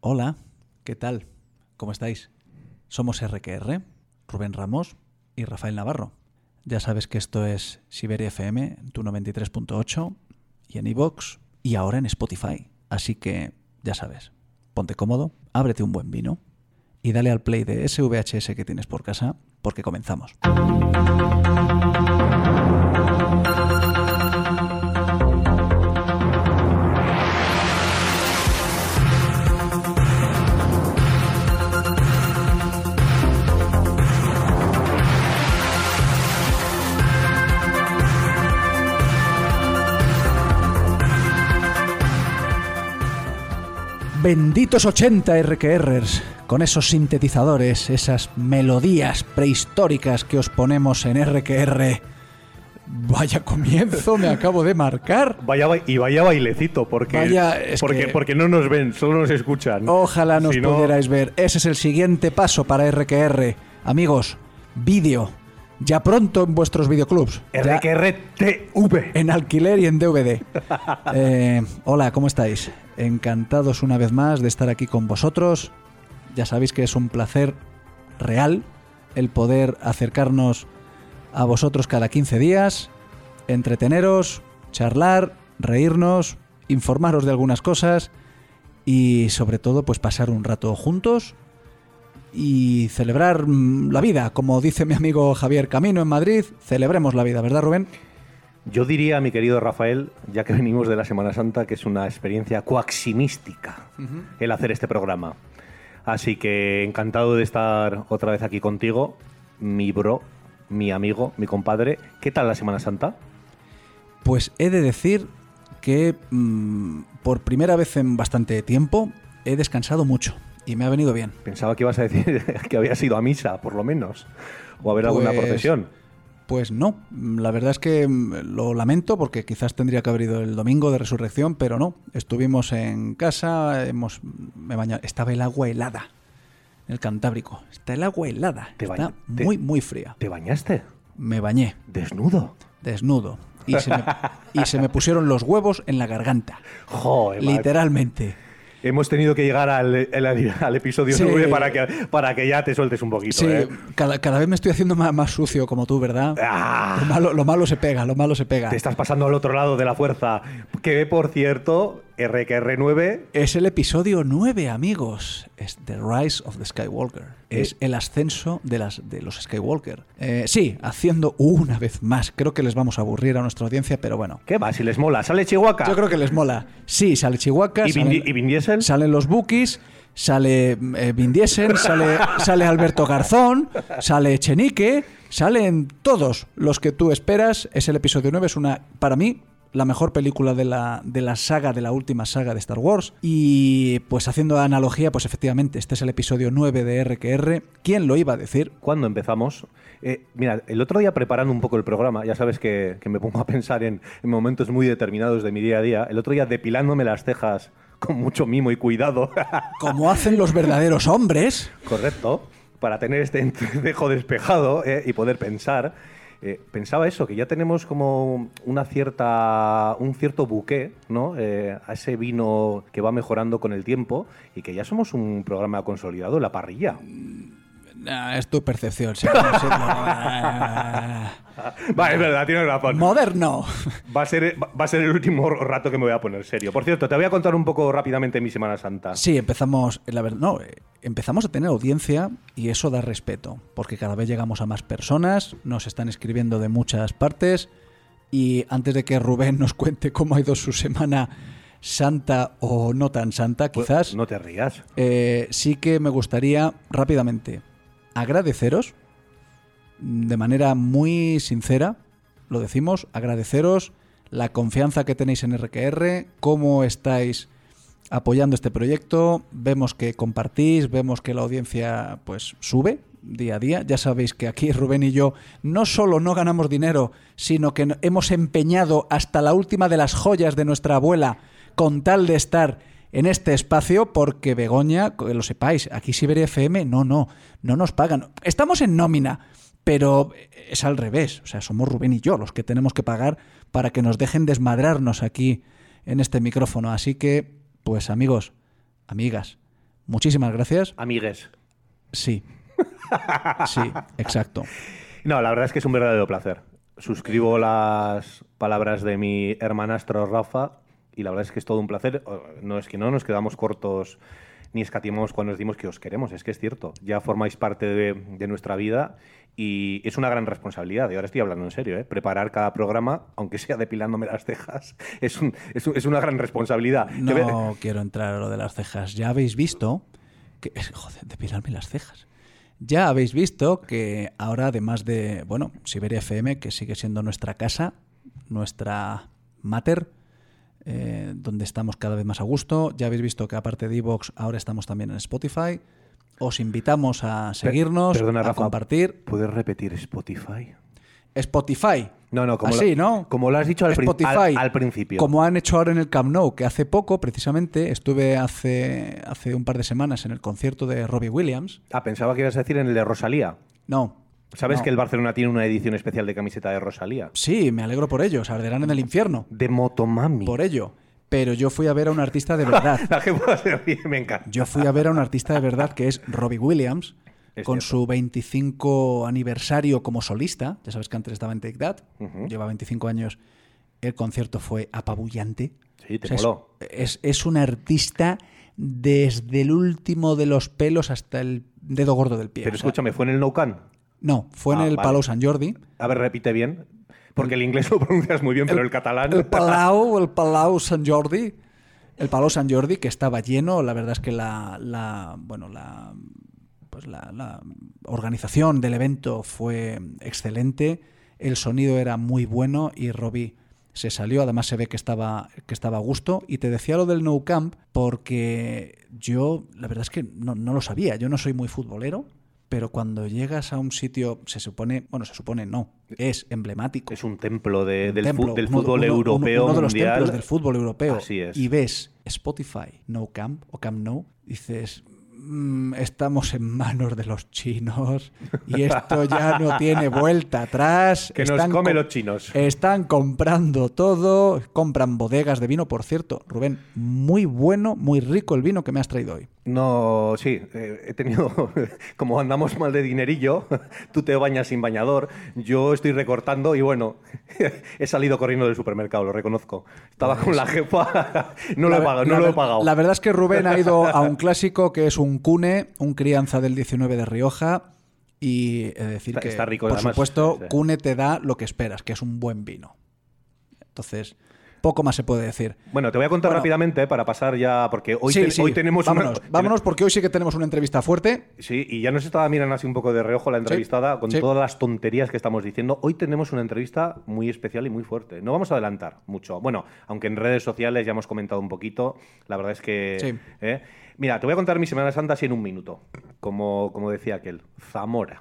Hola, ¿qué tal? ¿Cómo estáis? Somos RQR, Rubén Ramos y Rafael Navarro. Ya sabes que esto es Siberia FM, tu 93.8 y en iVoox y ahora en Spotify. Así que, ya sabes, ponte cómodo, ábrete un buen vino y dale al play de ese VHS que tienes por casa porque comenzamos. Benditos 80 RQRers, con esos sintetizadores, esas melodías prehistóricas que os ponemos en RQR. Vaya comienzo me acabo de marcar. Vaya bailecito, porque no nos ven, solo nos escuchan. Ojalá nos pudierais ver. Ese es el siguiente paso para RQR. Amigos, vídeo. Ya pronto en vuestros videoclubs. RQR TV. En alquiler y en DVD. Hola, ¿cómo estáis? Encantados una vez más de estar aquí con vosotros. Ya sabéis que es un placer real el poder acercarnos a vosotros cada 15 días, entreteneros, charlar, reírnos, informaros de algunas cosas y sobre todo pues pasar un rato juntos y celebrar la vida, como dice mi amigo Javier Camino en Madrid. Celebremos la vida, ¿verdad, Rubén? Yo diría, mi querido Rafael, ya que venimos de la Semana Santa, que es una experiencia coaximística el hacer este programa. Así que encantado de estar otra vez aquí contigo, mi bro, mi amigo, mi compadre. ¿Qué tal la Semana Santa? Pues he de decir que por primera vez en bastante tiempo he descansado mucho y me ha venido bien. Pensaba que ibas a decir que habías ido a misa, por lo menos, o a ver alguna procesión. Pues no, la verdad es que lo lamento porque quizás tendría que haber ido el domingo de Resurrección, pero no. Estuvimos en casa, me bañé, estaba el agua helada en el Cantábrico. Está el agua helada, está muy fría. ¿Te bañaste? Me bañé. ¿Desnudo? Desnudo. Y se me pusieron los huevos en la garganta. Joder, literalmente. Hemos tenido que llegar al episodio 9 para que ya te sueltes un poquito. Sí, cada vez me estoy haciendo más sucio como tú, ¿verdad? Lo malo se pega, Te estás pasando al otro lado de la fuerza. Que, por cierto, RQR9... Es el episodio 9, amigos. Es The Rise of the Skywalker. Es el ascenso de los Skywalker. Sí, haciendo una vez más. Creo que les vamos a aburrir a nuestra audiencia, pero bueno. ¿Qué va? Si les mola. ¿Sale Chihuahua? Yo creo que les mola. Sí, sale Chihuahua. ¿Y Vin Diesel? Salen los Wookiees, sale Vin Diesel, sale Alberto Garzón, sale Echenique, salen todos los que tú esperas. Es el episodio 9, es para mí la mejor película de la saga, de la última saga de Star Wars. Y pues haciendo analogía, pues efectivamente, este es el episodio 9 de RQR. ¿Quién lo iba a decir? ¿Cuándo empezamos? Mira, el otro día preparando un poco el programa, ya sabes que me pongo a pensar en momentos muy determinados de mi día a día. El otro día depilándome las cejas con mucho mimo y cuidado. Como hacen los verdaderos hombres. Correcto. Para tener este entrecejo despejado y poder pensar. Pensaba eso, que ya tenemos como un cierto buqué, ¿no? A ese vino que va mejorando con el tiempo y que ya somos un programa consolidado en la parrilla. Es tu percepción, sí. Vale, es verdad, tienes razón. ¡Moderno! Va a ser el último rato que me voy a poner serio. Por cierto, te voy a contar un poco rápidamente mi Semana Santa. Sí, empezamos a tener audiencia y eso da respeto, porque cada vez llegamos a más personas, nos están escribiendo de muchas partes y antes de que Rubén nos cuente cómo ha ido su Semana Santa o no tan santa, quizás... Pues no te rías. Sí que me gustaría rápidamente agradeceros de manera muy sincera, lo decimos, agradeceros la confianza que tenéis en RQR, cómo estáis apoyando este proyecto, vemos que compartís, vemos que la audiencia pues sube día a día. Ya sabéis que aquí Rubén y yo no solo no ganamos dinero, sino que hemos empeñado hasta la última de las joyas de nuestra abuela con tal de estar en este espacio, porque Begoña, que lo sepáis, aquí Siberia FM no nos pagan. Estamos en nómina, pero es al revés. O sea, somos Rubén y yo los que tenemos que pagar para que nos dejen desmadrarnos aquí en este micrófono. Así que, pues amigos, amigas, Muchísimas gracias. Amigues. Sí. Sí, exacto. No, la verdad es que es un verdadero placer. Suscribo las palabras de mi hermanastro Rafa y la verdad es que es todo un placer. No es que no nos quedamos cortos ni escatimamos cuando os dimos que os queremos, es que es cierto. Ya formáis parte de nuestra vida y es una gran responsabilidad. Y ahora estoy hablando en serio, ¿eh? Preparar cada programa, aunque sea depilándome las cejas, es una gran responsabilidad. No quiero entrar a lo de las cejas. Ya habéis visto que... Joder, depilarme las cejas. Ya habéis visto que ahora, además de, bueno, Siberia FM, que sigue siendo nuestra casa, nuestra mater, donde estamos cada vez más a gusto, ya habéis visto que aparte de iVoox, ahora estamos también en Spotify. Os invitamos a seguirnos, Perdona, a Rafa, compartir. ¿puedes repetir Spotify? Spotify. No, como, así, ¿no? Como lo has dicho al principio. Como han hecho ahora en el Camp Nou, que hace poco, precisamente, estuve hace un par de semanas en el concierto de Robbie Williams. Ah, pensaba que ibas a decir en el de Rosalía. No. ¿Sabes no. que el Barcelona tiene una edición especial de camiseta de Rosalía? Sí, me alegro por ello. Se arderán en el infierno. De Motomami. Por ello. Pero yo fui a ver a un artista de verdad. La que pueda ser bien, me encanta. Yo fui a ver a un artista de verdad que es Robbie Williams. Es con cierto. su 25 aniversario como solista. Ya sabes que antes estaba en Take That. Lleva 25 años. El concierto fue apabullante. Sí, te moló. Es un artista desde el último de los pelos hasta el dedo gordo del pie. Pero escúchame, ¿fue en el Nou Camp? No, fue en el vale. Palau Sant Jordi. A ver, repite bien. Porque el inglés lo pronuncias muy bien, pero el catalán... El Palau Sant Jordi. El Palau Sant Jordi, que estaba lleno. La verdad es que la organización del evento fue excelente, el sonido era muy bueno y Robbie se salió, además se ve que estaba a gusto. Y te decía lo del Nou Camp porque yo, la verdad es que no lo sabía, yo no soy muy futbolero, pero cuando llegas a un sitio, es emblemático. Es un templo del templo, fútbol europeo uno de los mundial. templos del fútbol europeo. Así es. Y ves Spotify, Nou Camp o Camp Nou, dices... estamos en manos de los chinos y esto ya no tiene vuelta atrás. Que nos come los chinos. Están comprando todo, compran bodegas de vino. Por cierto, Rubén, muy bueno, muy rico el vino que me has traído hoy. No, sí, he tenido, como andamos mal de dinerillo, tú te bañas sin bañador, yo estoy recortando y bueno, he salido corriendo del supermercado, lo reconozco. Estaba con la jefa, no lo he pagado. La verdad es que Rubén ha ido a un clásico que es un Cune, un crianza del 19 de Rioja, y he de decir que, está rico, por además, supuesto, sí. Cune te da lo que esperas, que es un buen vino. Entonces... poco más se puede decir. Bueno, te voy a contar rápidamente para pasar ya, porque hoy, hoy tenemos vámonos porque hoy sí que tenemos una entrevista fuerte. Sí, y ya nos estaba mirando así un poco de reojo la entrevistada con todas las tonterías que estamos diciendo. Hoy tenemos una entrevista muy especial y muy fuerte. No vamos a adelantar mucho. Bueno, aunque en redes sociales ya hemos comentado un poquito, la verdad es que... Sí. Mira, te voy a contar mi Semana Santa así en un minuto, como decía aquel. Zamora,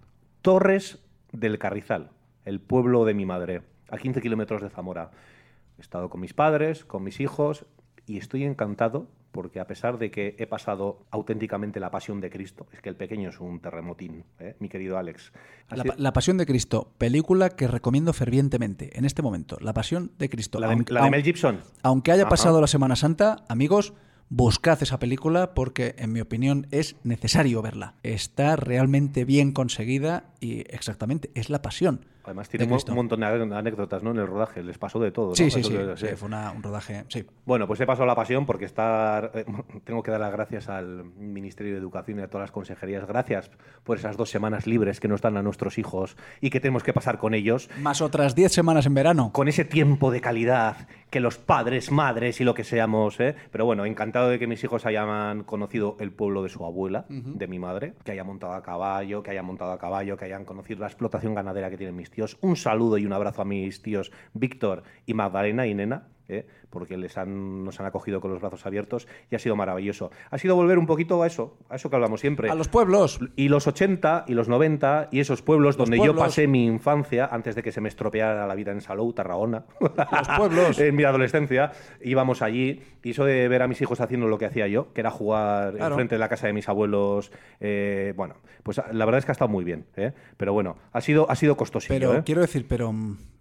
Torres del Carrizal, el pueblo de mi madre, a 15 kilómetros de Zamora. He estado con mis padres, con mis hijos y estoy encantado porque a pesar de que he pasado auténticamente la Pasión de Cristo, es que el pequeño es un terremotín, mi querido Alex. La Pasión de Cristo, película que recomiendo fervientemente en este momento. La Pasión de Cristo. La de Mel Gibson. Aunque haya pasado la Semana Santa, amigos, buscad esa película porque, en mi opinión, es necesario verla. Está realmente bien conseguida y exactamente, es la pasión. Además tiene un montón de anécdotas, ¿no? En el rodaje, les pasó de todo, ¿no? Sí, fue un rodaje, sí. Bueno, pues he pasado la pasión porque tengo que dar las gracias al Ministerio de Educación y a todas las consejerías. Gracias por esas 2 semanas libres que nos dan a nuestros hijos y que tenemos que pasar con ellos. Más otras 10 semanas en verano. Con ese tiempo de calidad que los padres, madres y lo que seamos, ¿eh? Pero bueno, encantado de que mis hijos hayan conocido el pueblo de su abuela, de mi madre, que hayan montado a caballo, que hayan conocido la explotación ganadera que tienen mis tíos. Un saludo y un abrazo a mis tíos Víctor y Magdalena y Nena, porque nos han acogido con los brazos abiertos y ha sido maravilloso. Ha sido volver un poquito a eso que hablamos siempre. A los pueblos. Y los 80 y los 90 y esos pueblos donde yo pasé mi infancia antes de que se me estropeara la vida en Salou, Tarragona. Los pueblos. En mi adolescencia íbamos allí y eso de ver a mis hijos haciendo lo que hacía yo, que era jugar enfrente de la casa de mis abuelos. Bueno, pues la verdad es que ha estado muy bien, pero bueno, ha sido costosito. Pero quiero decir,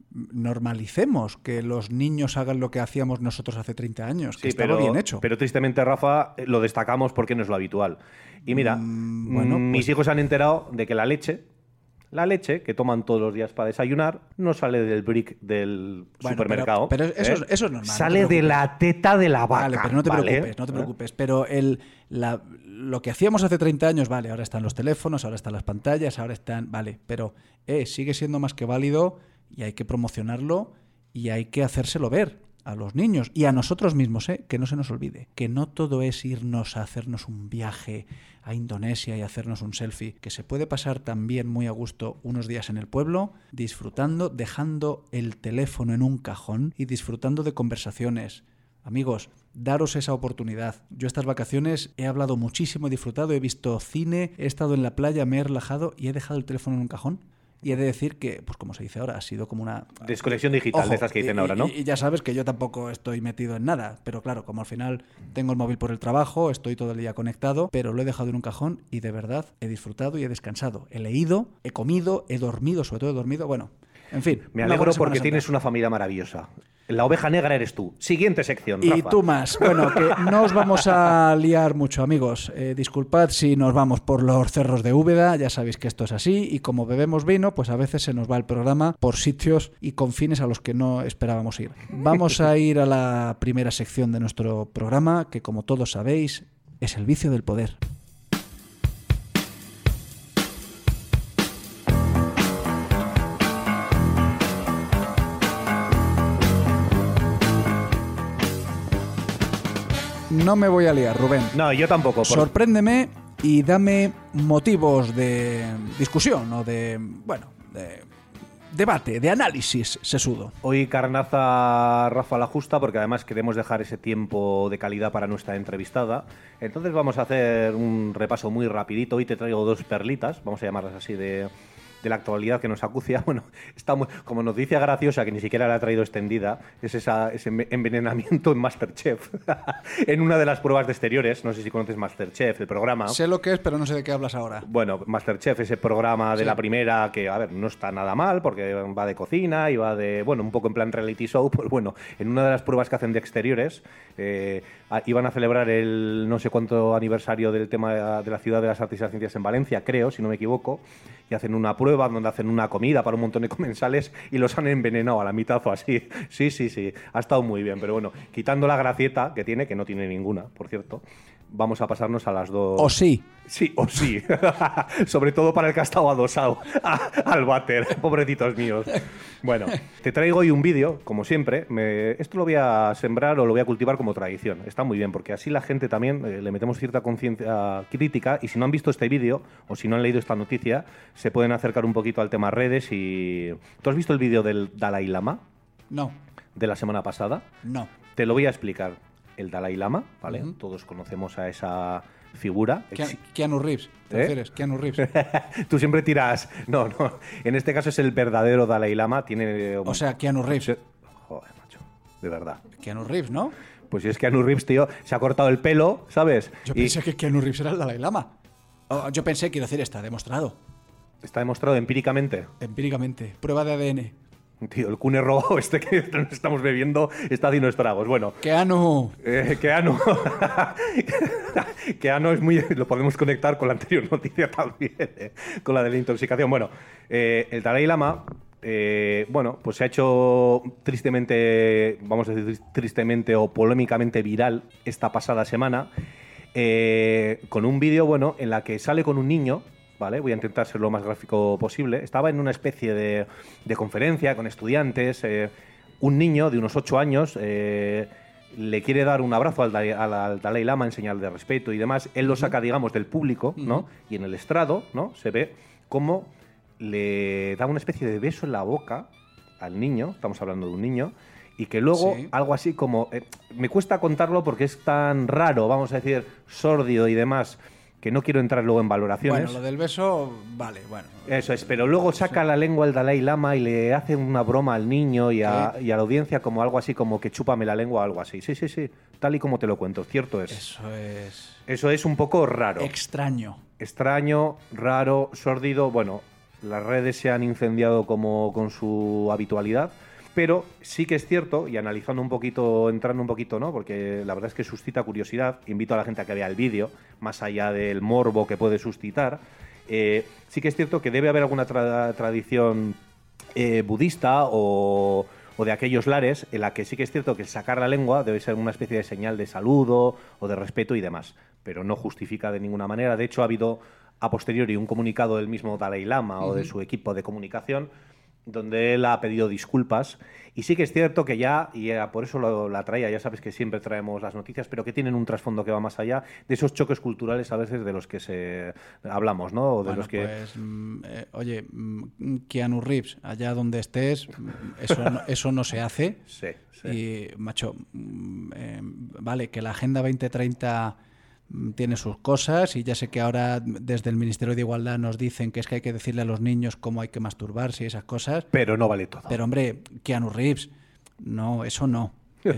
normalicemos que los niños hagan lo que hacíamos nosotros hace 30 años, que estaba bien hecho. Pero tristemente, Rafa, lo destacamos porque no es lo habitual. Y mira, mis hijos se han enterado de que la leche que toman todos los días para desayunar no sale del brick del supermercado. Pero eso es normal. Sale de la teta de la vaca. Vale, pero no te preocupes. Pero lo que hacíamos hace 30 años, vale, ahora están los teléfonos, ahora están las pantallas, ahora están... Vale, pero sigue siendo más que válido y hay que promocionarlo y hay que hacérselo ver a los niños y a nosotros mismos, que no se nos olvide, que no todo es irnos a hacernos un viaje a Indonesia y hacernos un selfie, que se puede pasar también muy a gusto unos días en el pueblo, disfrutando, dejando el teléfono en un cajón y disfrutando de conversaciones. Amigos, daros esa oportunidad. Yo estas vacaciones he hablado muchísimo, he disfrutado, he visto cine, he estado en la playa, me he relajado y he dejado el teléfono en un cajón. Y he de decir que, pues como se dice ahora, ha sido como una... desconexión digital. Ojo, de esas que dicen ahora, ¿no? Y ya sabes que yo tampoco estoy metido en nada. Pero claro, como al final tengo el móvil por el trabajo, estoy todo el día conectado, pero lo he dejado en un cajón y de verdad he disfrutado y he descansado. He leído, he comido, he dormido, sobre todo he dormido. Bueno, en fin. Me alegro porque tienes una familia maravillosa. La oveja negra eres tú. Siguiente sección, Rafa. Y tú más. Bueno, que no os vamos a liar mucho, amigos. Disculpad si nos vamos por los cerros de Úbeda, ya sabéis que esto es así, y como bebemos vino, pues a veces se nos va el programa por sitios y confines a los que no esperábamos ir. Vamos a ir a la primera sección de nuestro programa, que como todos sabéis, es el vicio del poder. No me voy a liar, Rubén. No, yo tampoco. Sorpréndeme y dame motivos de discusión o de debate, de análisis sesudo. Hoy carnaza Rafa la justa, porque además queremos dejar ese tiempo de calidad para nuestra entrevistada. Entonces vamos a hacer un repaso muy rapidito. Hoy te traigo dos perlitas, vamos a llamarlas así, de la actualidad que nos acucia. Bueno, está muy, como noticia graciosa, que ni siquiera la ha traído extendida, es ese envenenamiento en Masterchef. En una de las pruebas de exteriores, no sé si conoces Masterchef, el programa. Sé lo que es, pero no sé de qué hablas ahora. Bueno, Masterchef, ese programa de la primera, que, a ver, no está nada mal, porque va de cocina y va de, bueno, un poco en plan reality show. Pues bueno, en una de las pruebas que hacen de exteriores, iban a celebrar el no sé cuánto aniversario del tema de la Ciudad de las Artes y las Ciencias en Valencia, creo, si no me equivoco, y hacen una prueba donde hacen una comida para un montón de comensales y los han envenenado a la mitad o así. Sí, ha estado muy bien, pero bueno, quitando la gracieta que tiene, que no tiene ninguna, por cierto, vamos a pasarnos a las dos... ¿O sí? Sí, o sí. Sobre todo para el que ha estado adosado al váter, pobrecitos míos. Bueno, te traigo hoy un vídeo, como siempre. Esto lo voy a sembrar o lo voy a cultivar como tradición. Está muy bien, porque así la gente también le metemos cierta conciencia crítica, y si no han visto este vídeo o si no han leído esta noticia, se pueden acercar un poquito al tema redes. Y ¿tú has visto el vídeo del Dalai Lama? No. ¿De la semana pasada? No. Te lo voy a explicar. El Dalai Lama, ¿vale? Todos conocemos a esa figura. Keanu Reeves, ¿te refieres? Keanu Reeves. Tú siempre tiras... No. En este caso es el verdadero Dalai Lama. Tiene... O sea, Keanu Reeves. Joder, macho. De verdad. Keanu Reeves, ¿no? Pues si es Keanu Reeves, tío, se ha cortado el pelo, ¿sabes? Yo pensé que Keanu Reeves era el Dalai Lama. Yo pensé, quiero decir, está demostrado. ¿Está demostrado empíricamente? Empíricamente. Prueba de ADN. Tío, el cune rojo este que nos estamos bebiendo está haciendo estragos. Bueno. Keanu. Keanu. Keanu es muy... Lo podemos conectar con la anterior noticia también, con la de la intoxicación. Bueno, el Dalai Lama... bueno, pues se ha hecho tristemente, vamos a decir tristemente o polémicamente viral esta pasada semana, con un vídeo, bueno, en la que sale con un niño, ¿vale? Voy a intentar ser lo más gráfico posible. Estaba en una especie de conferencia con estudiantes. Un niño de unos 8 años le quiere dar un abrazo al Dalai Lama en señal de respeto y demás. Él lo saca, digamos, del público, ¿no? Y en el estrado, ¿no? Se ve cómo le da una especie de beso en la boca al niño. Estamos hablando de un niño. Y que luego, algo así como... me cuesta contarlo porque es tan raro, vamos a decir, sórdido y demás, que no quiero entrar luego en valoraciones. Bueno, lo del beso, vale, bueno. Eso es, pero luego saca la lengua el Dalai Lama y le hace una broma al niño y a la audiencia, como algo así, como que chúpame la lengua o algo así. Sí, tal y como te lo cuento, cierto es. Eso es un poco raro. Extraño. Extraño, raro, sórdido, bueno... las redes se han incendiado como con su habitualidad, pero sí que es cierto, y analizando un poquito, entrando un poquito, ¿no? Porque la verdad es que suscita curiosidad, invito a la gente a que vea el vídeo, más allá del morbo que puede suscitar, sí que es cierto que debe haber alguna tradición budista o de aquellos lares en la que sí que es cierto que sacar la lengua debe ser una especie de señal de saludo o de respeto y demás, pero no justifica de ninguna manera. De hecho, ha habido a posteriori un comunicado del mismo Dalai Lama o de su equipo de comunicación donde él ha pedido disculpas. Y sí que es cierto que por eso la traía, ya sabes que siempre traemos las noticias, pero que tienen un trasfondo que va más allá de esos choques culturales a veces de los que hablamos, ¿no? O de los que... Pues, oye, Keanu Reeves, allá donde estés, eso no se hace. Sí. Y, macho, vale, que la Agenda 2030 tiene sus cosas y ya sé que ahora desde el Ministerio de Igualdad nos dicen que es que hay que decirle a los niños cómo hay que masturbarse y esas cosas. Pero no vale todo. Pero hombre, Keanu Reeves, no, eso no.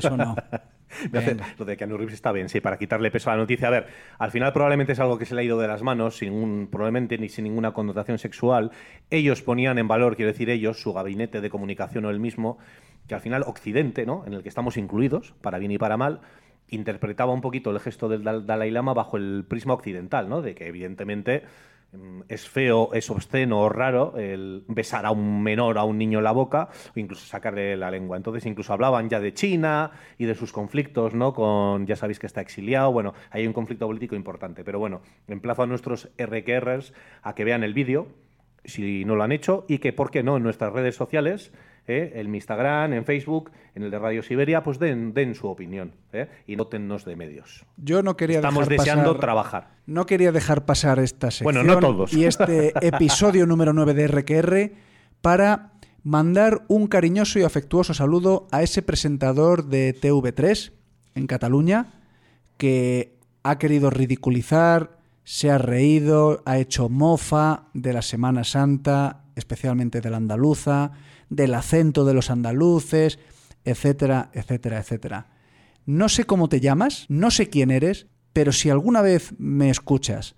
Lo de Keanu Reeves está bien, sí, para quitarle peso a la noticia. A ver, al final probablemente es algo que se le ha ido de las manos, probablemente ni sin ninguna connotación sexual. Ellos ponían en valor, quiero decir ellos, su gabinete de comunicación o el mismo, que al final Occidente, ¿no?, en el que estamos incluidos, para bien y para mal, interpretaba un poquito el gesto del Dalai Lama bajo el prisma occidental, ¿no? De que evidentemente es feo, es obsceno o raro el besar a un menor, a un niño en la boca o incluso sacarle la lengua. Entonces incluso hablaban ya de China y de sus conflictos, ¿no? Ya sabéis que está exiliado. Bueno, hay un conflicto político importante. Pero bueno, emplazo a nuestros RQRs a que vean el vídeo, si no lo han hecho, y que, ¿por qué no?, en nuestras redes sociales, en mi Instagram, en Facebook, en el de Radio Siberia, pues den su opinión y nótennos de medios. Yo no quería Estamos deseando trabajar. No quería dejar pasar esta sección, bueno, no todos, y este episodio número 9 de RQR para mandar un cariñoso y afectuoso saludo a ese presentador de TV3 en Cataluña que ha querido ridiculizar, se ha reído, ha hecho mofa de la Semana Santa, especialmente de la andaluza, del acento de los andaluces, etcétera, etcétera, etcétera. No sé cómo te llamas, no sé quién eres, pero si alguna vez me escuchas,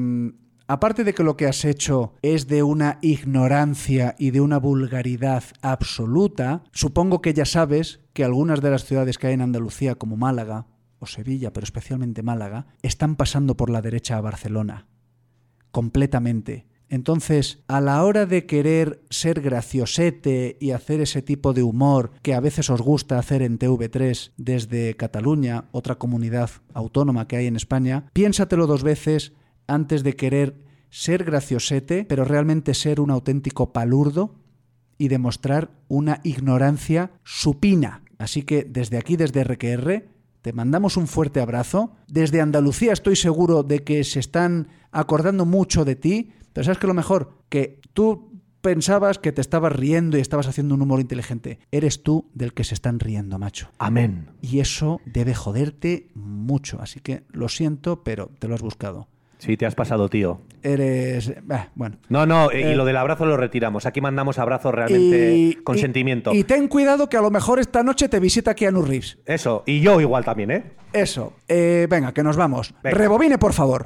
aparte de que lo que has hecho es de una ignorancia y de una vulgaridad absoluta, supongo que ya sabes que algunas de las ciudades que hay en Andalucía, como Málaga o Sevilla, pero especialmente Málaga, están pasando por la derecha a Barcelona. Completamente. Entonces, a la hora de querer ser graciosete y hacer ese tipo de humor que a veces os gusta hacer en TV3 desde Cataluña, otra comunidad autónoma que hay en España, piénsatelo dos veces antes de querer ser graciosete, pero realmente ser un auténtico palurdo y demostrar una ignorancia supina. Así que desde aquí, desde RQR, te mandamos un fuerte abrazo. Desde Andalucía estoy seguro de que se están acordando mucho de ti. Pero ¿sabes qué es lo mejor? Que tú pensabas que te estabas riendo y estabas haciendo un humor inteligente. Eres tú del que se están riendo, macho. Amén. Y eso debe joderte mucho. Así que lo siento, pero te lo has buscado. Sí, te has pasado, tío. Eres... bueno. No, y lo del abrazo lo retiramos. Aquí mandamos abrazos realmente con sentimiento. Y ten cuidado que a lo mejor esta noche te visita Keanu Reeves. Eso, y yo igual también, ¿eh? Eso. Venga, que nos vamos. Venga. Rebobine, por favor.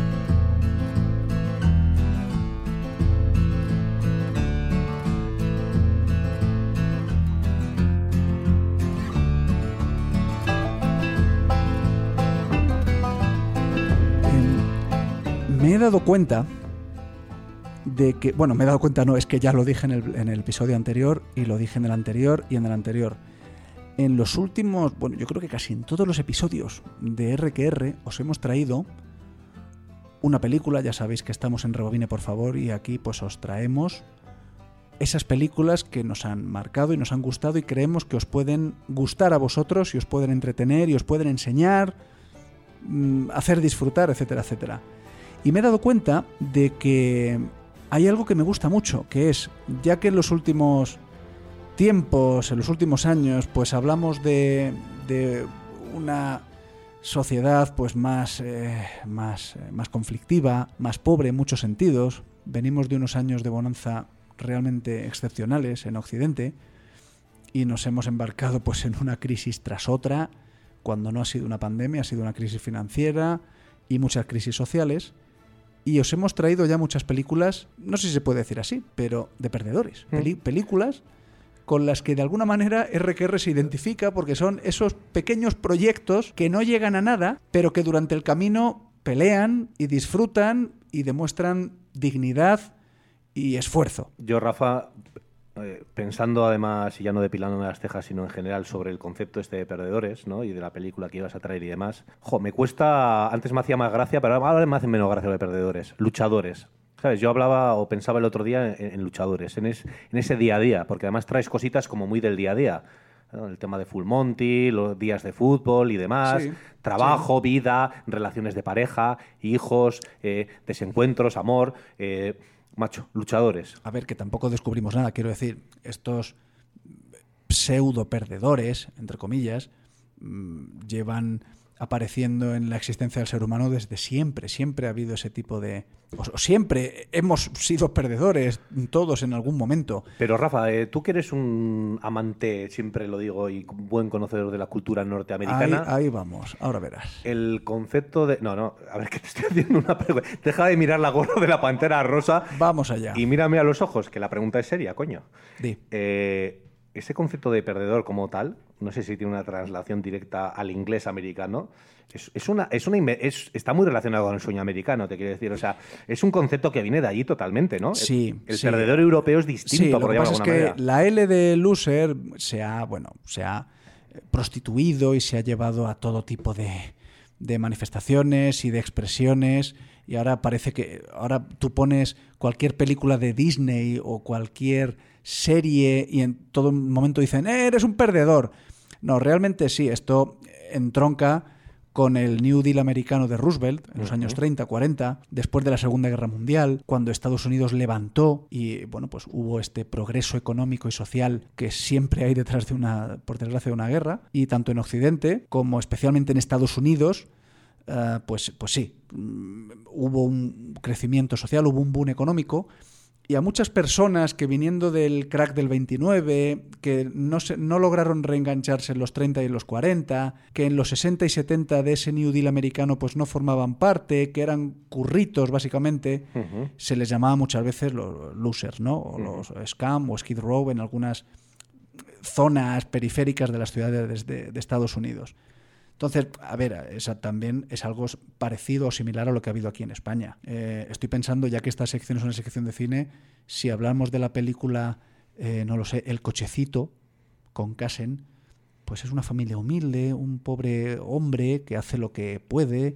Me he dado cuenta de que... Bueno, me he dado cuenta, no, es que ya lo dije en el episodio anterior, y lo dije en el anterior y en el anterior. En los últimos... Bueno, yo creo que casi en todos los episodios de RQR os hemos traído una película. Ya sabéis que estamos en Rebobine, por favor, y aquí pues os traemos esas películas que nos han marcado y nos han gustado y creemos que os pueden gustar a vosotros y os pueden entretener y os pueden enseñar, hacer disfrutar, etcétera, etcétera. Y me he dado cuenta de que hay algo que me gusta mucho, que es, ya que en los últimos tiempos, en los últimos años, pues hablamos de una sociedad pues más conflictiva, más pobre en muchos sentidos. Venimos de unos años de bonanza realmente excepcionales en Occidente y nos hemos embarcado pues en una crisis tras otra, cuando no ha sido una pandemia, ha sido una crisis financiera y muchas crisis sociales. y os hemos traído ya muchas películas, no sé si se puede decir así, pero de perdedores. Películas con las que de alguna manera RQR se identifica porque son esos pequeños proyectos que no llegan a nada, pero que durante el camino pelean y disfrutan y demuestran dignidad y esfuerzo. Yo, Rafa, pensando además, y ya no depilándome las cejas, sino en general sobre el concepto este de perdedores, ¿no? Y de la película que ibas a traer y demás, me cuesta, antes me hacía más gracia, pero ahora me hacen menos gracia lo de perdedores, luchadores. ¿Sabes? Yo hablaba o pensaba el otro día en luchadores, en ese día a día, porque además traes cositas como muy del día a día, ¿no? El tema de Full Monty, los días de fútbol y demás, Sí, trabajo, vida, relaciones de pareja, hijos, desencuentros, amor. Macho, luchadores. A ver, que tampoco descubrimos nada, quiero decir, estos pseudo perdedores, entre comillas, llevan apareciendo en la existencia del ser humano desde siempre. Siempre ha habido ese tipo de... O siempre hemos sido perdedores todos en algún momento. Pero Rafa, tú que eres un amante, siempre lo digo, y buen conocedor de la cultura norteamericana... Ahí vamos, ahora verás. El concepto de... No, a ver, que te estoy haciendo una pregunta. Deja de mirar la gorra de la Pantera Rosa. Vamos allá. Y mírame a los ojos, que la pregunta es seria, coño. Di. Ese concepto de perdedor como tal, no sé si tiene una traslación directa al inglés americano, está muy relacionado con el sueño americano, te quiero decir. O sea, es un concepto que viene de allí totalmente, ¿no? Sí. El perdedor europeo es distinto, sí, por lo que llamarlo pasa de es alguna que manera. la L de loser se ha prostituido y se ha llevado a todo tipo de manifestaciones y de expresiones, y ahora parece que ahora tú pones cualquier película de Disney o cualquier serie y en todo momento dicen eres un perdedor. No, realmente sí, esto entronca con el New Deal americano de Roosevelt en los años 30, 40, después de la Segunda Guerra Mundial, cuando Estados Unidos levantó y bueno, pues hubo este progreso económico y social que siempre hay detrás de por desgracia, de una guerra, y tanto en Occidente como especialmente en Estados Unidos, pues sí, hubo un crecimiento social, hubo un boom económico. Y a muchas personas que viniendo del crack del 29, que no lograron reengancharse en los 30 y en los 40, que en los 60 y 70 de ese New Deal americano pues no formaban parte, que eran curritos básicamente, se les llamaba muchas veces los losers, ¿no? O los scam o skid row en algunas zonas periféricas de las ciudades de Estados Unidos. Entonces, a ver, esa también es algo parecido o similar a lo que ha habido aquí en España. Estoy pensando, ya que esta sección es una sección de cine, si hablamos de la película, no lo sé, El cochecito, con Casen, pues es una familia humilde, un pobre hombre que hace lo que puede,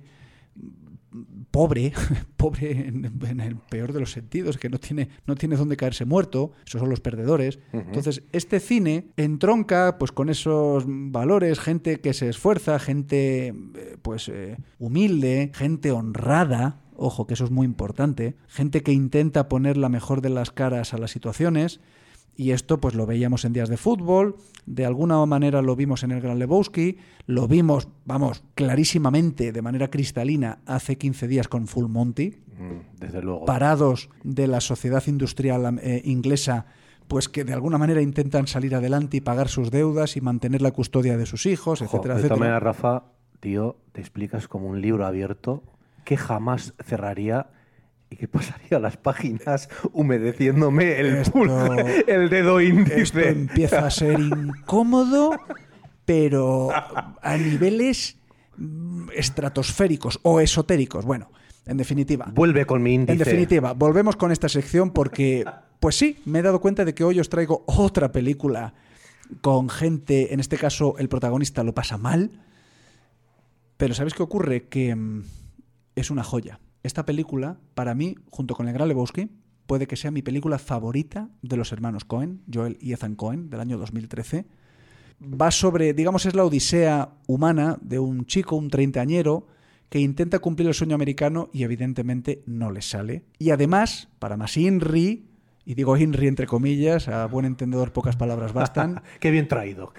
pobre en el peor de los sentidos, que no tiene dónde caerse muerto. Esos son los perdedores. Entonces, este cine entronca pues con esos valores, gente que se esfuerza, gente humilde, gente honrada, ojo, que eso es muy importante, gente que intenta poner la mejor de las caras a las situaciones. Y esto pues lo veíamos en Días de Fútbol, de alguna manera lo vimos en El Gran Lebowski, lo vimos, clarísimamente, de manera cristalina, hace 15 días con Full Monty. Desde luego. Parados de la sociedad industrial inglesa, pues que de alguna manera intentan salir adelante y pagar sus deudas y mantener la custodia de sus hijos, etcétera, etcétera. De todas maneras, Rafa, tío, te explicas como un libro abierto que jamás cerraría. ¿Y qué pasaría a las páginas humedeciéndome el dedo índice? Esto empieza a ser incómodo, pero a niveles estratosféricos o esotéricos. Bueno, en definitiva. Vuelve con mi índice. En definitiva, volvemos con esta sección porque, pues sí, me he dado cuenta de que hoy os traigo otra película con gente, en este caso el protagonista lo pasa mal, pero ¿sabéis qué ocurre? Que es una joya. Esta película, para mí, junto con El Gran Lebowski, puede que sea mi película favorita de los hermanos Coen, Joel y Ethan Coen, del año 2013. Va sobre, digamos, es la odisea humana de un chico, un treintañero, que intenta cumplir el sueño americano y evidentemente no le sale. Y además, para más Inri, y digo Inri entre comillas, a buen entendedor pocas palabras bastan. ¡Qué bien traído!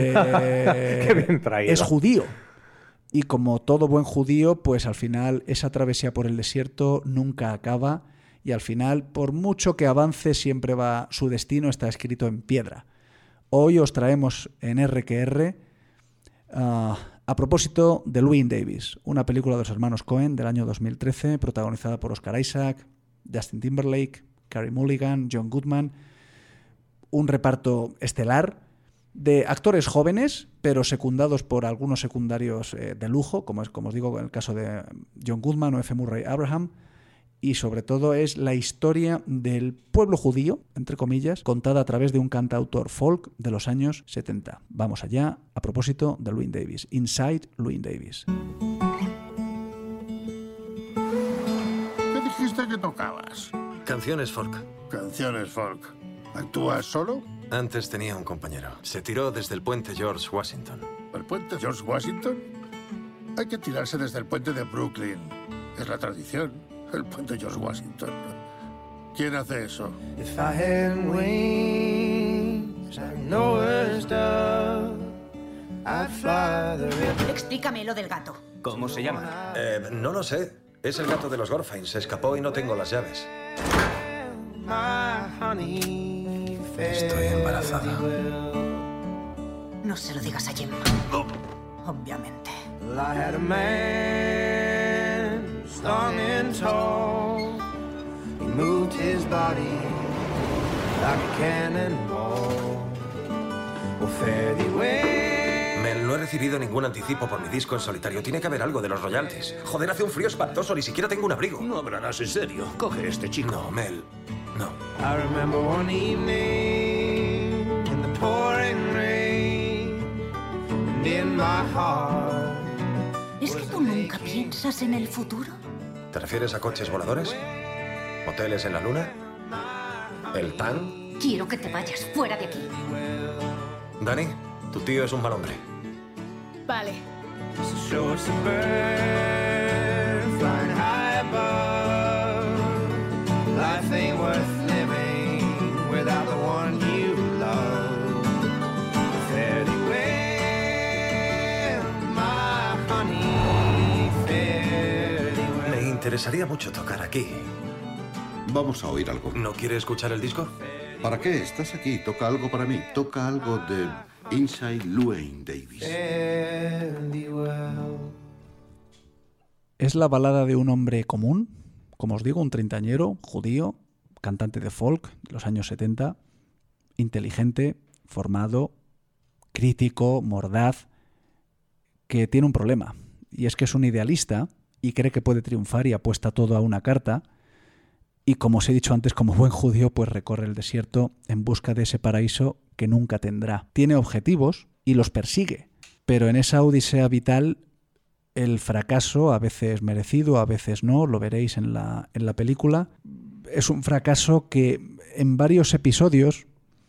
¡Qué bien traído! Es judío. Y como todo buen judío, pues al final esa travesía por el desierto nunca acaba y al final, por mucho que avance, siempre su destino está escrito en piedra. Hoy os traemos en RQR a A propósito de Llewyn Davis, una película de los hermanos Coen del año 2013, protagonizada por Oscar Isaac, Justin Timberlake, Carey Mulligan, John Goodman. Un reparto estelar de actores jóvenes, pero secundados por algunos secundarios de lujo, como os digo, en el caso de John Goodman o F. Murray Abraham. Y sobre todo es la historia del pueblo judío, entre comillas, contada a través de un cantautor folk de los años 70. Vamos allá, a propósito de Llewyn Davis. Inside Llewyn Davis. ¿Qué dijiste que tocabas? Canciones folk. Canciones folk. ¿Actúas solo? Antes tenía un compañero. Se tiró desde el puente George Washington. ¿El puente George Washington? Hay que tirarse desde el puente de Brooklyn. Es la tradición. El puente George Washington. ¿Quién hace eso? If I had wings like Noah's dove, I'd fly the river. Explícame lo del gato. ¿Cómo se llama? No lo sé. Es el gato de los Gorfains. Se escapó y no tengo las llaves. My honey, Estoy embarazada. No se lo digas a Jim. Obviamente. well, I had a man strong and tall. He moved his body like a cannonball. Well, fare thee well. Mel, no he recibido ningún anticipo por mi disco en solitario. Tiene que haber algo de los royalties. Joder, hace un frío espantoso. Ni siquiera tengo un abrigo. No hablarás en serio. Coge este chico. No, Mel. No. I remember one evening in the pouring rain, and in my heart. ¿Es que tú nunca piensas en el futuro? ¿Te refieres a coches voladores? ¿Hoteles en la luna? ¿El TAN? Quiero que te vayas fuera de aquí. Dani, tu tío es un mal hombre. Vale. So it's a bird flying high above. Life ain't worth living without the one you love. Fare thee well, my honey, fare thee well. Me interesaría mucho tocar aquí. Vamos a oír algo. ¿No quiere escuchar el disco? ¿Para qué? Estás aquí. Toca algo para mí. Toca algo de Inside Llewyn Davis. Fare thee well. Es la balada de un hombre común, como os digo, un treintañero, judío, cantante de folk de los años 70, inteligente, formado, crítico, mordaz, que tiene un problema. Y es que es un idealista y cree que puede triunfar y apuesta todo a una carta. Y como os he dicho antes, como buen judío, pues recorre el desierto en busca de ese paraíso que nunca tendrá. Tiene objetivos y los persigue, pero en esa odisea vital el fracaso, a veces merecido, a veces no, lo veréis en la película, es un fracaso que en varios episodios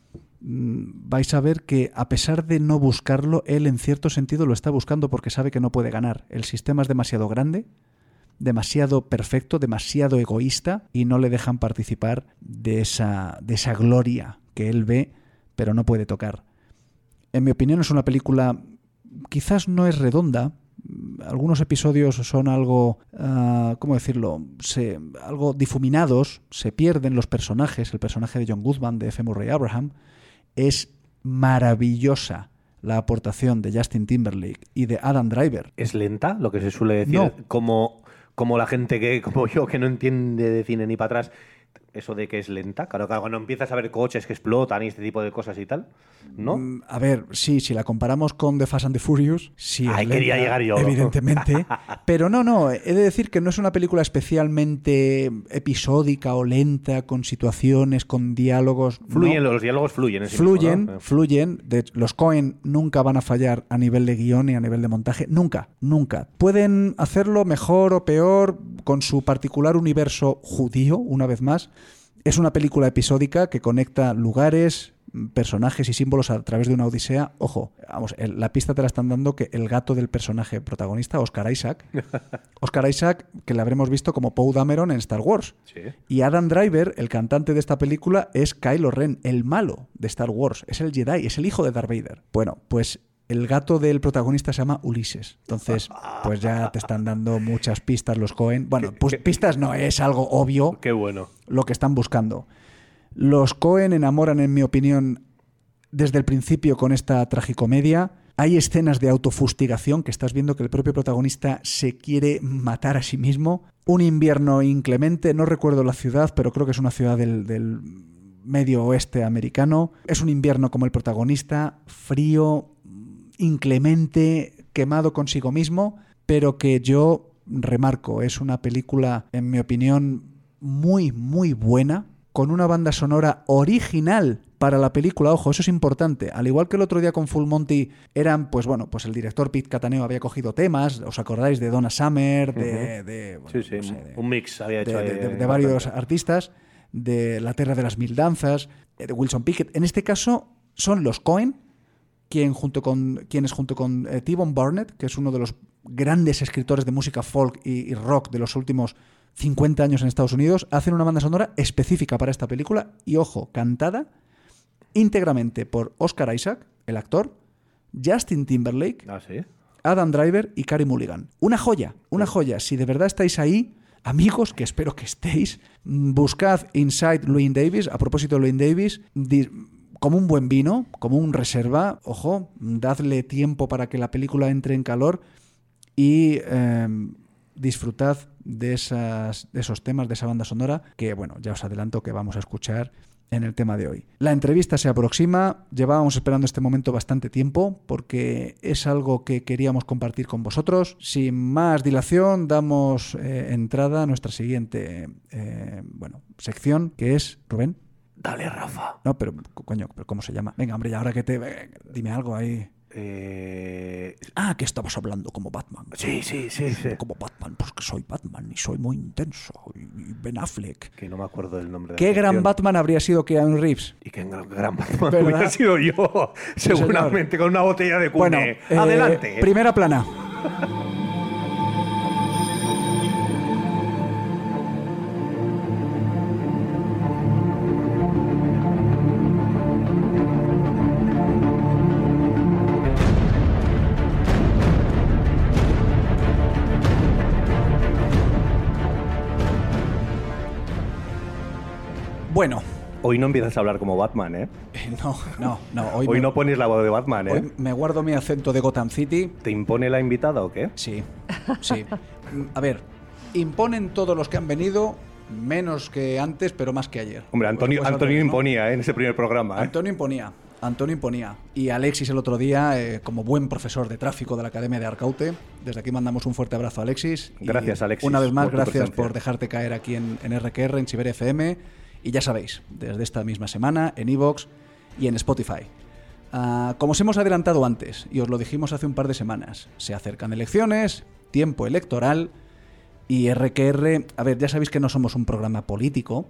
vais a ver que a pesar de no buscarlo, él en cierto sentido lo está buscando porque sabe que no puede ganar. El sistema es demasiado grande, demasiado perfecto, demasiado egoísta y no le dejan participar de esa gloria que él ve pero no puede tocar. En mi opinión es una película, quizás no es redonda, algunos episodios son algo, ¿cómo decirlo?, algo difuminados, se pierden los personajes, el personaje de John Goodman, de F. Murray Abraham. Es maravillosa la aportación de Justin Timberlake y de Adam Driver. ¿Es lenta, lo que se suele decir? No. Como la gente como yo, que no entiende de cine ni para atrás, eso de que es lenta. Claro, cuando empiezas a ver coches que explotan y este tipo de cosas y tal, ¿no? A ver, sí, si la comparamos con The Fast and the Furious, sí es lenta, quería llegar yo. evidentemente. Pero no, he de decir que no es una película especialmente episódica o lenta, con situaciones, con diálogos. Fluyen, no. los diálogos fluyen. En sí Fluyen, mismo, ¿no? fluyen. Los Coen nunca van a fallar a nivel de guión y a nivel de montaje. Nunca. Pueden hacerlo mejor o peor con su particular universo judío, una vez más. Es una película episódica que conecta lugares, personajes y símbolos a través de una odisea. Ojo, vamos, la pista te la están dando que el gato del personaje protagonista, Oscar Isaac, que le habremos visto como Poe Dameron en Star Wars. Sí. Y Adam Driver, el cantante de esta película, es Kylo Ren, el malo de Star Wars. Es el Jedi, es el hijo de Darth Vader. Bueno, pues el gato del protagonista se llama Ulises. Entonces, pues ya te están dando muchas pistas los Coen. Bueno, pues pistas no, es algo obvio. Qué bueno. Lo que están buscando. Los Coen enamoran, en mi opinión, desde el principio con esta tragicomedia. Hay escenas de autofustigación que estás viendo que el propio protagonista se quiere matar a sí mismo. Un invierno inclemente, no recuerdo la ciudad, pero creo que es una ciudad del medio oeste americano. Es un invierno como el protagonista, frío, inclemente, quemado consigo mismo, pero que yo remarco, es una película, en mi opinión, muy, muy buena, con una banda sonora original para la película. Ojo, eso es importante. Al igual que el otro día con Full Monty eran, pues bueno, pues el director Pete Cataneo había cogido temas, ¿os acordáis? De Donna Summer, un mix había hecho de varios artistas, de La Tierra de las Mil Danzas, de Wilson Pickett. En este caso son los Coen, quienes junto con T-Bone Burnett, que es uno de los grandes escritores de música folk y rock de los últimos 50 años en Estados Unidos, hacen una banda sonora específica para esta película y, ojo, cantada íntegramente por Oscar Isaac, el actor, Justin Timberlake, ¿sí? Adam Driver y Carey Mulligan. Una joya, una joya. Si de verdad estáis ahí, amigos, que espero que estéis, buscad Inside Llewyn Davis. A propósito de Llewyn Davis, como un buen vino, como un reserva, ojo, dadle tiempo para que la película entre en calor y disfrutad de esos temas, de esa banda sonora, que bueno, ya os adelanto que vamos a escuchar en el tema de hoy. La entrevista se aproxima, llevábamos esperando este momento bastante tiempo porque es algo que queríamos compartir con vosotros. Sin más dilación, damos entrada a nuestra siguiente sección, que es, Rubén. Dale, Rafa. No, pero coño, ¿pero cómo se llama? Venga, hombre, ya ahora que dime algo ahí. Que estabas hablando como Batman. Sí. Como Batman, pues que soy Batman y soy muy intenso. Y Ben Affleck. Que no me acuerdo del nombre de ¿Qué gran Batman habría sido Keanu Reeves? Y qué gran Batman habría sido yo, seguramente, con una botella de cune. Bueno, adelante. Primera plana. Bueno. Hoy no empiezas a hablar como Batman, ¿eh? No. Hoy no pones la voz de Batman, ¿eh? Hoy me guardo mi acento de Gotham City. ¿Te impone la invitada o qué? Sí. A ver, imponen todos los que han venido, menos que antes, pero más que ayer. Hombre, Antonio imponía en ese primer programa, ¿eh? Antonio imponía. Y Alexis el otro día, como buen profesor de tráfico de la Academia de Arcaute, desde aquí mandamos un fuerte abrazo a Alexis. Gracias, Alexis. Una vez más, gracias por dejarte caer aquí en RQR, en Siberia FM. Y ya sabéis, desde esta misma semana, en iVoox y en Spotify. Como os hemos adelantado antes, y os lo dijimos hace un par de semanas, se acercan elecciones, tiempo electoral, y RQR... A ver, ya sabéis que no somos un programa político.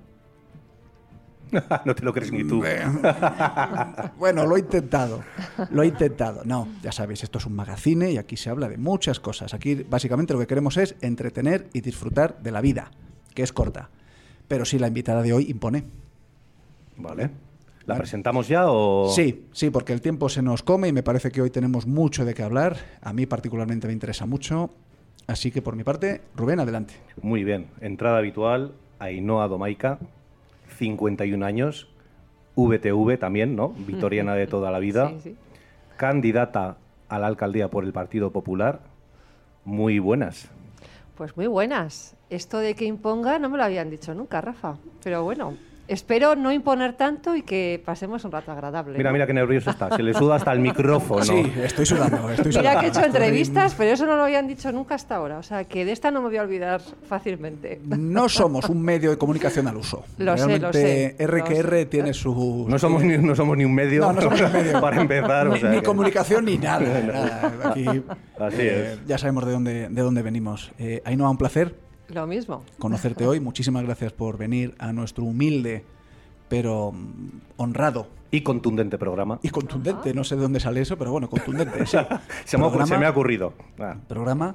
No te lo crees ni tú. Bueno, lo he intentado. No, ya sabéis, esto es un magazine y aquí se habla de muchas cosas. Aquí básicamente lo que queremos es entretener y disfrutar de la vida, que es corta. Pero sí, la invitada de hoy impone. Vale. ¿La presentamos ya o...? Sí, porque el tiempo se nos come y me parece que hoy tenemos mucho de qué hablar. A mí particularmente me interesa mucho. Así que por mi parte, Rubén, adelante. Muy bien. Entrada habitual, Ainhoa Domaica, 51 años, VTV también, ¿no? Vitoriana de toda la vida. Sí. Candidata a la alcaldía por el Partido Popular. Muy buenas. Pues muy buenas. Esto de que imponga no me lo habían dicho nunca, Rafa. Pero bueno, espero no imponer tanto y que pasemos un rato agradable. Mira qué nervioso está. Se le suda hasta el micrófono. Sí, estoy sudando. Mira que he hecho entrevistas, pero eso no lo habían dicho nunca hasta ahora. O sea, que de esta no me voy a olvidar fácilmente. No somos un medio de comunicación al uso. Lo sé. RQR tiene su... No somos ni un medio, no somos un medio. Para empezar. Ni comunicación ni nada. Aquí, así es. Ya sabemos de dónde venimos. Ainhoa, un placer. Lo mismo. Conocerte hoy. Muchísimas gracias por venir a nuestro humilde, pero honrado. Y contundente programa. Y contundente, no sé de dónde sale eso, pero bueno, contundente. Sí. Se me ha ocurrido. Programa.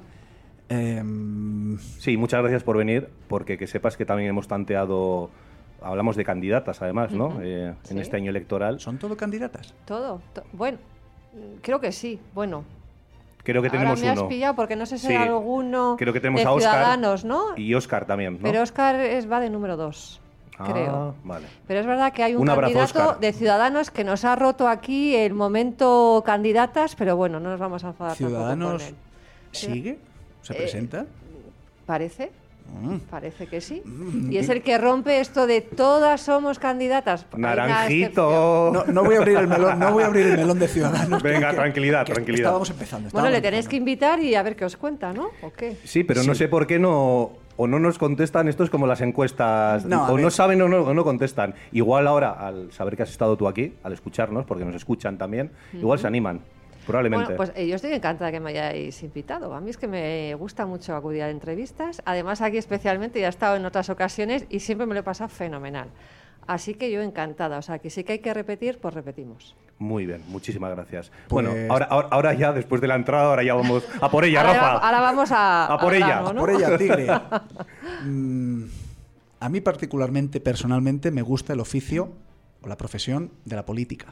Sí, muchas gracias por venir, porque que sepas que también hemos tanteado... Hablamos de candidatas, además, ¿no? En este año electoral. ¿Son todo candidatas? Todo. Bueno, creo que sí. Bueno... Creo que tenemos uno. Ahora me has uno. pillado porque no sé si hay alguno. Creo que tenemos de a Óscar, Ciudadanos, ¿no? Y Óscar también, ¿no? Pero Óscar va de número 2. creo. Vale. Pero es verdad que hay un Un abrazo, candidato Óscar. de Ciudadanos que nos ha roto aquí el momento candidatas, pero bueno, no nos vamos a enfadar tampoco ¿Ciudadanos con él. sigue? ¿Se presenta? Parece. Mm. Parece que sí. Y es el que rompe esto de todas somos candidatas. Hay una Naranjito. No voy a abrir el melón, no voy a abrir el melón de Ciudadanos. Venga, tranquilidad, que tranquilidad. Estábamos empezando. Bueno, le estábamos tenéis que empezando. invitar y a ver qué os cuenta, ¿no? ¿O qué? Sí, pero no sé por qué no nos contestan. Esto es como las encuestas. No, a o ver. no saben o no contestan. Igual ahora, al saber que has estado tú aquí, al escucharnos, porque nos escuchan también, igual se animan. Probablemente. Bueno, pues yo estoy encantada que me hayáis invitado. A mí es que me gusta mucho acudir a entrevistas. Además, aquí especialmente ya he estado en otras ocasiones y siempre me lo he pasado fenomenal. Así que yo encantada. O sea, que si que hay que repetir, pues repetimos. Muy bien, muchísimas gracias. Pues- Bueno, ahora ya, después de la entrada, ahora ya vamos a por ella, Rafa. Ahora vamos a por al ella. grano, ¿no? Por ella, tigre. A mí particularmente, personalmente, me gusta el oficio o la profesión de la política.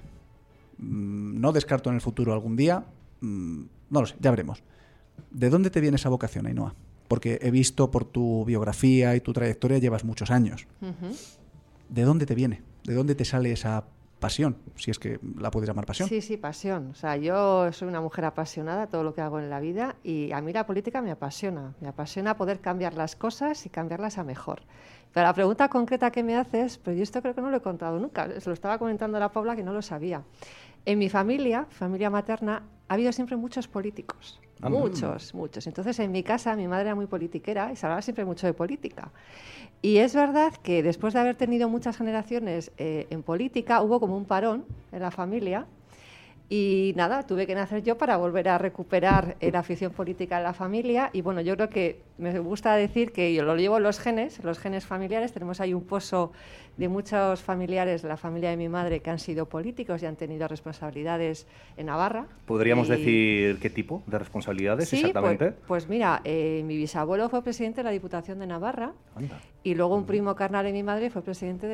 No descarto en el futuro algún día, no lo sé, ya veremos. ¿De dónde te viene esa vocación, Ainhoa? Porque he visto por tu biografía y tu trayectoria llevas muchos años. Ujú. ¿De dónde te viene? ¿De dónde te sale esa pasión? Si es que la puedes llamar pasión. Sí, sí, pasión. O sea, yo soy una mujer apasionada, todo lo que hago en la vida, y a mí la política me apasiona. Me apasiona poder cambiar las cosas y cambiarlas a mejor. Pero la pregunta concreta que me haces, pues yo esto creo que no lo he contado nunca. Se lo estaba comentando a la Paula que no lo sabía. En mi familia materna, ha habido siempre muchos políticos. Muchos. Entonces, en mi casa, mi madre era muy politiquera y se hablaba siempre mucho de política. Y es verdad que después de haber tenido muchas generaciones en política, hubo como un parón en la familia. Y nada, tuve que nacer yo para volver a recuperar la afición política en la familia. Y bueno, yo creo que me gusta decir que yo lo llevo en los genes familiares. Tenemos ahí un pozo de muchos familiares de la familia de mi madre que han sido políticos y han tenido responsabilidades en Navarra. ¿Podríamos Y- decir qué tipo de responsabilidades Sí, exactamente? pues mira, mi bisabuelo fue presidente de la Diputación de Navarra. Anda. Y luego un primo carnal de mi madre fue presidente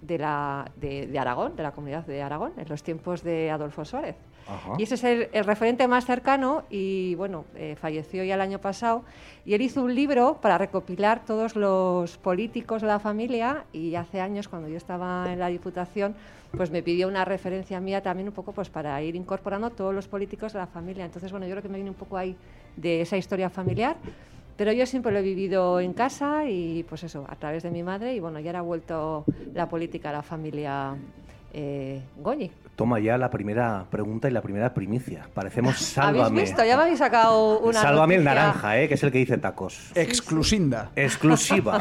de Aragón, de la Comunidad de Aragón, en los tiempos de Adolfo Suárez. Ajá. Y ese es el referente más cercano y, bueno, falleció ya el año pasado. Y él hizo un libro para recopilar todos los políticos de la familia y hace años, cuando yo estaba en la Diputación, pues me pidió una referencia mía también un poco pues para ir incorporando todos los políticos de la familia. Entonces, bueno, yo creo que me viene un poco ahí de esa historia familiar. Pero yo siempre lo he vivido en casa y pues eso, a través de mi madre y bueno, ya ahora ha vuelto la política a la familia Goñi. Toma ya la primera pregunta y la primera primicia. Parecemos Sálvame. ¿Habéis visto? Ya me habéis sacado una Sálvame el noticia. naranja, que es el que dice tacos. Exclusinda. Exclusiva.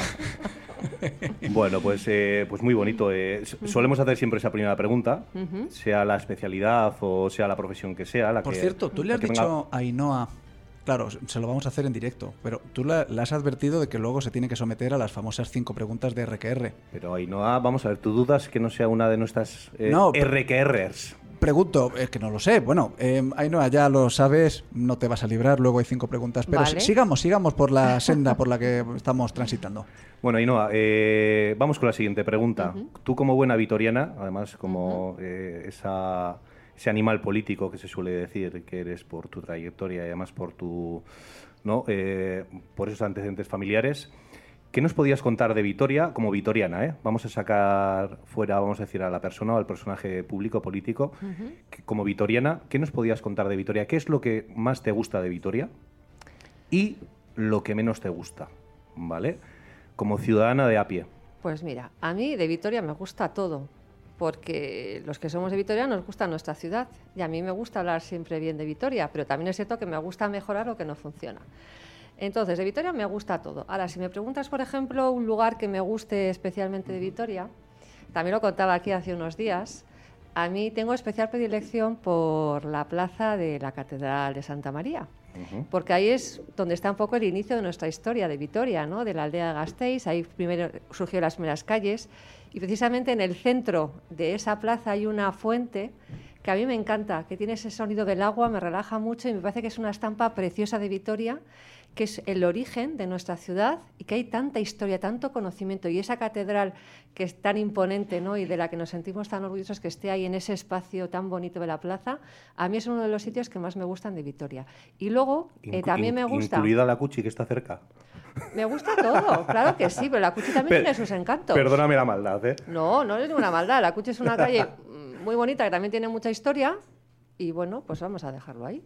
Bueno, pues muy bonito. Solemos hacer siempre esa primera pregunta, sea la especialidad o sea la profesión que sea. Por cierto, tú le has dicho a Ainhoa, claro, se lo vamos a hacer en directo, pero tú le has advertido de que luego se tiene que someter a las famosas 5 preguntas de RQR. Pero Ainhoa, vamos a ver, ¿tú dudas que no sea una de nuestras No, RQRs? Pregunto, es que no lo sé. Bueno, Ainhoa, ya lo sabes, no te vas a librar, luego hay 5 preguntas. Pero Vale. sigamos por la senda por la que estamos transitando. Bueno, Ainhoa, vamos con la siguiente pregunta. Tú como buena vitoriana, además como ese animal político que se suele decir que eres por tu trayectoria y además por por esos antecedentes familiares, ¿qué nos podías contar de Vitoria como vitoriana? Vamos a sacar fuera, vamos a decir, a la persona o al personaje público, político. Que como vitoriana, ¿qué nos podías contar de Vitoria? ¿Qué es lo que más te gusta de Vitoria y lo que menos te gusta? ¿Vale? Como ciudadana de a pie. Pues mira, a mí de Vitoria me gusta todo, porque los que somos de Vitoria nos gusta nuestra ciudad y a mí me gusta hablar siempre bien de Vitoria, pero también es cierto que me gusta mejorar lo que no funciona. Entonces, de Vitoria me gusta todo. Ahora, si me preguntas, por ejemplo, un lugar que me guste especialmente de Vitoria, también lo contaba aquí hace unos días, a mí tengo especial predilección por la plaza de la Catedral de Santa María. Porque ahí es donde está un poco el inicio de nuestra historia de Vitoria, ¿no? De la aldea de Gasteiz, ahí primero surgieron las primeras calles y precisamente en el centro de esa plaza hay una fuente que a mí me encanta, que tiene ese sonido del agua, me relaja mucho y me parece que es una estampa preciosa de Vitoria que es el origen de nuestra ciudad y que hay tanta historia, tanto conocimiento, y esa catedral que es tan imponente, ¿no?, y de la que nos sentimos tan orgullosos que esté ahí en ese espacio tan bonito de la plaza, a mí es uno de los sitios que más me gustan de Vitoria. Y luego también me gusta... Incluida la Cuchi, que está cerca. Me gusta todo, claro que sí, pero la Cuchi también tiene sus encantos. Perdóname la maldad, ¿eh? No, no es ninguna maldad. La Cuchi es una calle muy bonita que también tiene mucha historia. Y bueno, pues vamos a dejarlo ahí.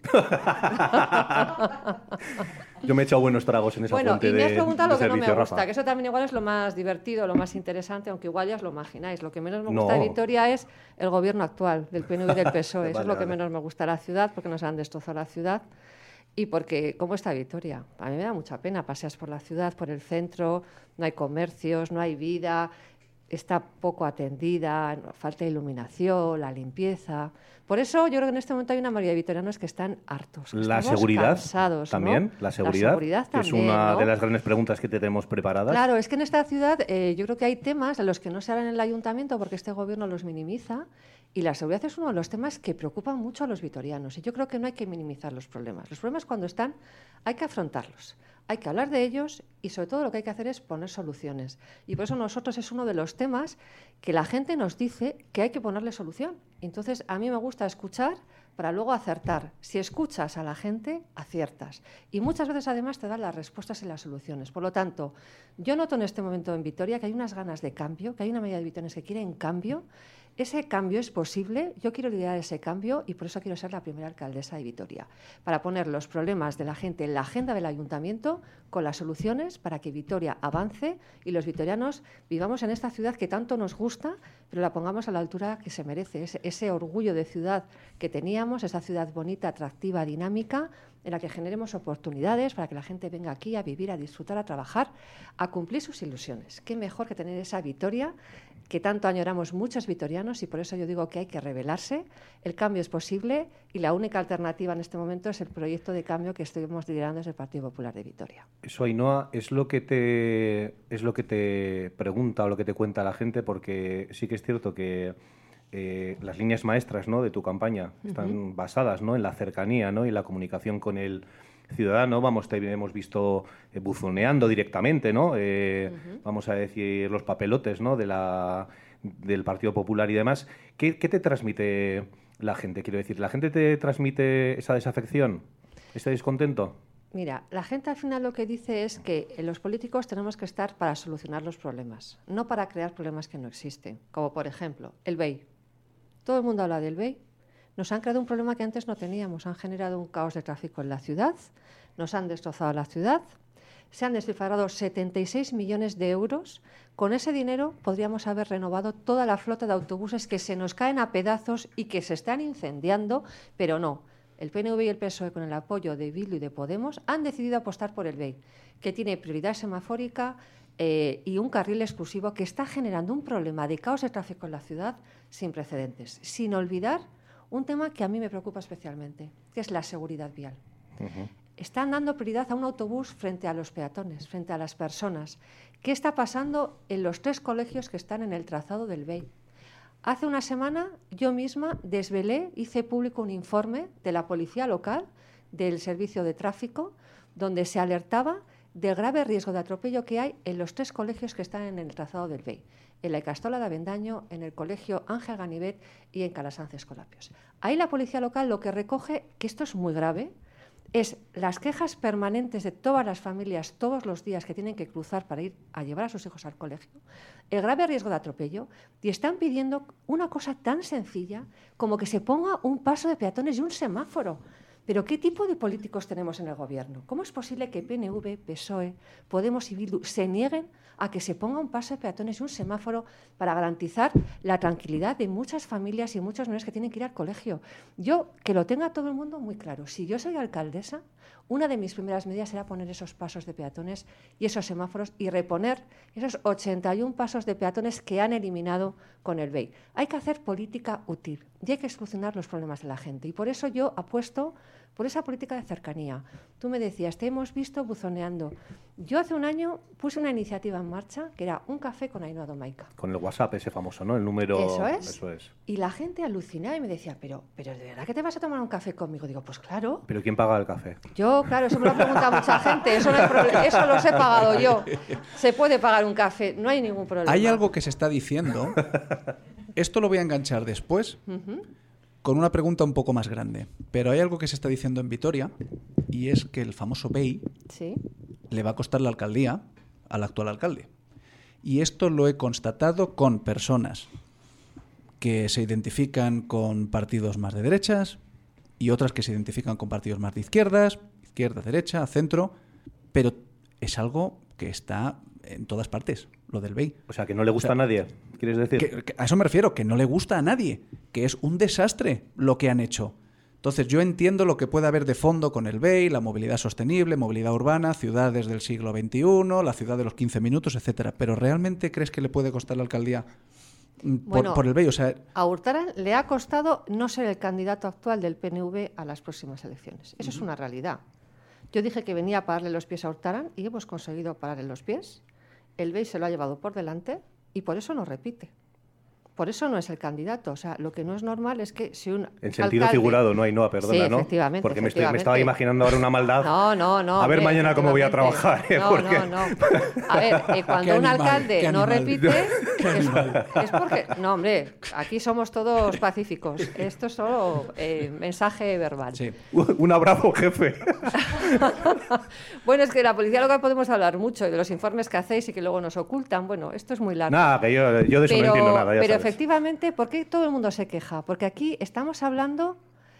Yo me he echado buenos tragos en esa fuente de Bueno, y me has preguntado lo que no me servicio, gusta, Rafa. que eso también igual es lo más divertido, lo más interesante, aunque igual ya os lo imagináis. Lo que menos me gusta de Vitoria es el gobierno actual, del PNV y del PSOE. Eso es lo que menos me gusta de la ciudad, porque nos han destrozado la ciudad. Y porque, ¿cómo está Vitoria? A mí me da mucha pena. Paseas por la ciudad, por el centro, no hay comercios, no hay vida, está poco atendida, falta de iluminación, la limpieza. Por eso yo creo que en este momento hay una mayoría de vitorianos que están hartos. Que La seguridad cansados, también, ¿no? la seguridad también, es una ¿no? de las grandes preguntas que te tenemos preparadas. Claro, es que en esta ciudad yo creo que hay temas de los que no se hablan en el ayuntamiento porque este gobierno los minimiza, y la seguridad es uno de los temas que preocupan mucho a los vitorianos. Y yo creo que no hay que minimizar los problemas. Los problemas, cuando están, hay que afrontarlos. Hay que hablar de ellos y, sobre todo, lo que hay que hacer es poner soluciones. Y por eso nosotros es uno de los temas que la gente nos dice que hay que ponerle solución. Entonces, a mí me gusta escuchar para luego acertar. Si escuchas a la gente, aciertas. Y muchas veces, además, te dan las respuestas y las soluciones. Por lo tanto, yo noto en este momento en Vitoria que hay unas ganas de cambio, que hay una mayoría de vitorianos que quieren cambio. Ese cambio es posible, yo quiero liderar ese cambio y por eso quiero ser la primera alcaldesa de Vitoria, para poner los problemas de la gente en la agenda del ayuntamiento con las soluciones para que Vitoria avance y los vitorianos vivamos en esta ciudad que tanto nos gusta, pero la pongamos a la altura que se merece, ese orgullo de ciudad que teníamos, esa ciudad bonita, atractiva, dinámica, en la que generemos oportunidades para que la gente venga aquí a vivir, a disfrutar, a trabajar, a cumplir sus ilusiones. Qué mejor que tener esa Vitoria que tanto añoramos muchos vitorianos, y por eso yo digo que hay que rebelarse. El cambio es posible y la única alternativa en este momento es el proyecto de cambio que estuvimos liderando desde el Partido Popular de Vitoria. Eso, Ainhoa, es lo que te pregunta o lo que te cuenta la gente, porque sí que es cierto que las líneas maestras, ¿no?, de tu campaña están basadas, ¿no?, en la cercanía, ¿no?, y la comunicación con el ciudadano. Vamos, te hemos visto buzoneando directamente, ¿no? Vamos a decir, los papelotes, ¿no?, del Partido Popular y demás. ¿Qué te transmite la gente? Quiero decir, ¿la gente te transmite esa desafección, ese descontento? Mira, la gente al final lo que dice es que los políticos tenemos que estar para solucionar los problemas, no para crear problemas que no existen, como por ejemplo el BEI. Todo el mundo habla del BEI. Nos han creado un problema que antes no teníamos. Han generado un caos de tráfico en la ciudad, nos han destrozado la ciudad, se han despilfarrado 76 millones de euros. Con ese dinero podríamos haber renovado toda la flota de autobuses que se nos caen a pedazos y que se están incendiando, pero no. El PNV y el PSOE, con el apoyo de Bildu y de Podemos, han decidido apostar por el BEI, que tiene prioridad semafórica y un carril exclusivo que está generando un problema de caos de tráfico en la ciudad sin precedentes, sin olvidar un tema que a mí me preocupa especialmente, que es la seguridad vial. Están dando prioridad a un autobús frente a los peatones, frente a las personas. ¿Qué está pasando en los 3 colegios que están en el trazado del BEI? Hace una semana yo misma desvelé, hice público un informe de la policía local, del servicio de tráfico, donde se alertaba del grave riesgo de atropello que hay en los 3 colegios que están en el trazado del BEI. En la Icastola de Avendaño, en el Colegio Ángel Ganivet y en Calasanz Escolapios. Ahí la policía local lo que recoge, que esto es muy grave, es las quejas permanentes de todas las familias todos los días que tienen que cruzar para ir a llevar a sus hijos al colegio, el grave riesgo de atropello, y están pidiendo una cosa tan sencilla como que se ponga un paso de peatones y un semáforo. Pero ¿qué tipo de políticos tenemos en el gobierno? ¿Cómo es posible que PNV, PSOE, Podemos y Bildu se nieguen a que se ponga un paso de peatones y un semáforo para garantizar la tranquilidad de muchas familias y muchos niños que tienen que ir al colegio? Yo, que lo tenga todo el mundo muy claro, si yo soy alcaldesa, una de mis primeras medidas será poner esos pasos de peatones y esos semáforos y reponer esos 81 pasos de peatones que han eliminado con el BEI. Hay que hacer política útil y hay que solucionar los problemas de la gente. Y por eso yo apuesto por esa política de cercanía. Tú me decías, te hemos visto buzoneando. Yo hace un año puse una iniciativa en marcha que era un café con Ainhoa Domaica. Con el WhatsApp ese famoso, ¿no? El número... Eso es. Y la gente alucinaba y me decía, pero ¿de verdad que te vas a tomar un café conmigo? Digo, pues claro. ¿Pero quién paga el café? Yo, claro, eso me lo ha preguntado mucha gente. Eso no hay problema. Eso los he pagado yo. Se puede pagar un café, no hay ningún problema. Hay algo que se está diciendo. Esto lo voy a enganchar después. Con una pregunta un poco más grande. Pero hay algo que se está diciendo en Vitoria y es que el famoso BEI le va a costar la alcaldía al actual alcalde. Y esto lo he constatado con personas que se identifican con partidos más de derechas y otras que se identifican con partidos más de izquierdas, izquierda, derecha, centro, pero es algo que está en todas partes, lo del BEI. O sea, que no le gusta a nadie, ¿quieres decir? Que a eso me refiero, que no le gusta a nadie, que es un desastre lo que han hecho. Entonces, yo entiendo lo que puede haber de fondo con el BEI, la movilidad sostenible, movilidad urbana, ciudades del siglo XXI, la ciudad de los 15 minutos, etcétera. Pero ¿realmente crees que le puede costar la alcaldía por el BEI? O sea, a Hurtaran le ha costado no ser el candidato actual del PNV a las próximas elecciones. Eso es una realidad. Yo dije que venía a pararle los pies a Hurtaran y hemos conseguido pararle los pies. El BEI se lo ha llevado por delante y por eso no repite. Por eso no es el candidato. O sea, lo que no es normal es que si un En sentido figurado, no, Ainhoa, perdona, sí, ¿no? efectivamente, Porque me estaba imaginando ahora una maldad. No. A ver mañana cómo voy a trabajar. No. A ver, cuando un alcalde no repite, es porque... No, hombre, aquí somos todos pacíficos. Esto es solo mensaje verbal. sí. Un abrazo, jefe. Bueno, es que de la policía local podemos hablar mucho y de los informes que hacéis y que luego nos ocultan. Bueno, esto es muy largo. Nada, que yo de eso no entiendo nada, ya pero sabes. efectivamente, ¿por qué todo el mundo se queja? Porque aquí estamos hablando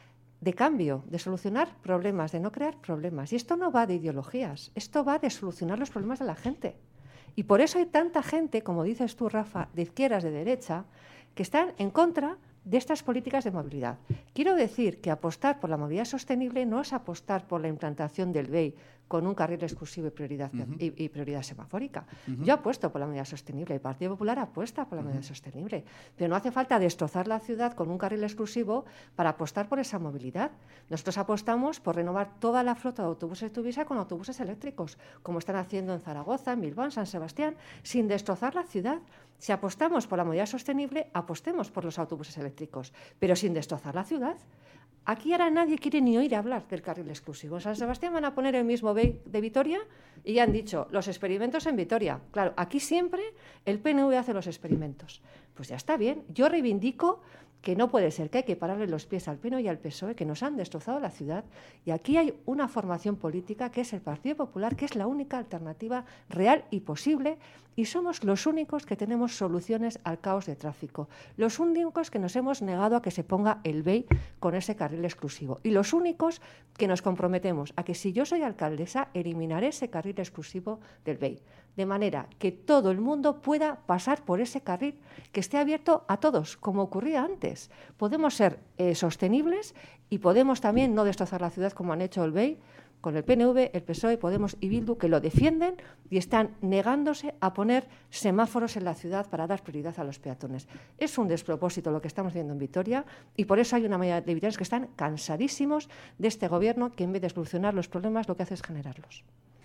de cambio, de solucionar problemas, de no crear problemas. Y esto no va de ideologías, esto va de solucionar los problemas de la gente. Y por eso hay tanta gente, como dices tú, Rafa, de izquierdas, de derecha, que están en contra de estas políticas de movilidad. Quiero decir que apostar por la movilidad sostenible no es apostar por la implantación del BEI con un carril exclusivo y prioridad semafórica. Yo apuesto por la movilidad sostenible, el Partido Popular apuesta por la movilidad sostenible, pero no hace falta destrozar la ciudad con un carril exclusivo para apostar por esa movilidad. Nosotros apostamos por renovar toda la flota de autobuses de Tuvisa con autobuses eléctricos, como están haciendo en Zaragoza, en Bilbao, en San Sebastián, sin destrozar la ciudad. Si apostamos por la movilidad sostenible, apostemos por los autobuses eléctricos, pero sin destrozar la ciudad. Aquí ahora nadie quiere ni oír hablar del carril exclusivo. En San Sebastián van a poner el mismo BEI de Vitoria y ya han dicho, los experimentos en Vitoria. Claro, aquí siempre el PNV hace los experimentos. Pues ya está bien. Yo reivindico que no puede ser, que hay que pararle los pies al PNV y al PSOE, que nos han destrozado la ciudad. Y aquí hay una formación política que es el Partido Popular, que es la única alternativa real y posible, y somos los únicos que tenemos soluciones al caos de tráfico. Los únicos que nos hemos negado a que se ponga el BEI con ese carril exclusivo. Y los únicos que nos comprometemos a que si yo soy alcaldesa, eliminaré ese carril exclusivo del BEI. De manera que todo el mundo pueda pasar por ese carril que esté abierto a todos, como ocurría antes. Podemos ser sostenibles y podemos también no destrozar la ciudad como han hecho el BEI, con el PNV, el PSOE, Podemos y Bildu, que lo defienden y están negándose a poner semáforos en la ciudad para dar prioridad a los peatones. Es un despropósito lo que estamos viendo en Vitoria y por eso hay una mayoría de vitorianos que están cansadísimos de este gobierno que en vez de solucionar los problemas lo que hace es generarlos.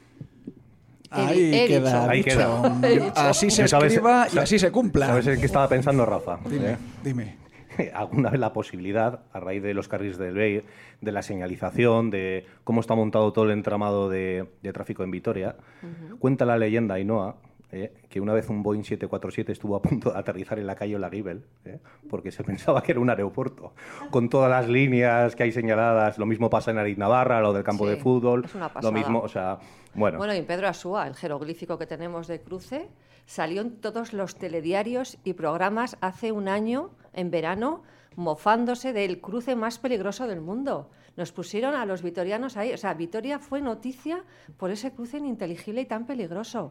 Ahí queda. Así se escriba y así se cumpla. ¿Sabes en qué estaba pensando, Rafa? Dime. Alguna vez la posibilidad, a raíz de los carriles del BEI, de la señalización, de cómo está montado todo el entramado de tráfico en Vitoria, cuenta la leyenda, Ainhoa, que una vez un Boeing 747 estuvo a punto de aterrizar en la calle Olaguibel, porque se pensaba que era un aeropuerto, con todas las líneas que hay señaladas. Lo mismo pasa en Aritz-Navarra, lo del campo de fútbol, es una lo mismo, o sea, bueno. Bueno, y en Pedro Asúa, el jeroglífico que tenemos de cruce, salió en todos los telediarios y programas hace un año, en verano, mofándose del cruce más peligroso del mundo. Nos pusieron a los vitorianos ahí. O sea, Vitoria fue noticia por ese cruce ininteligible y tan peligroso.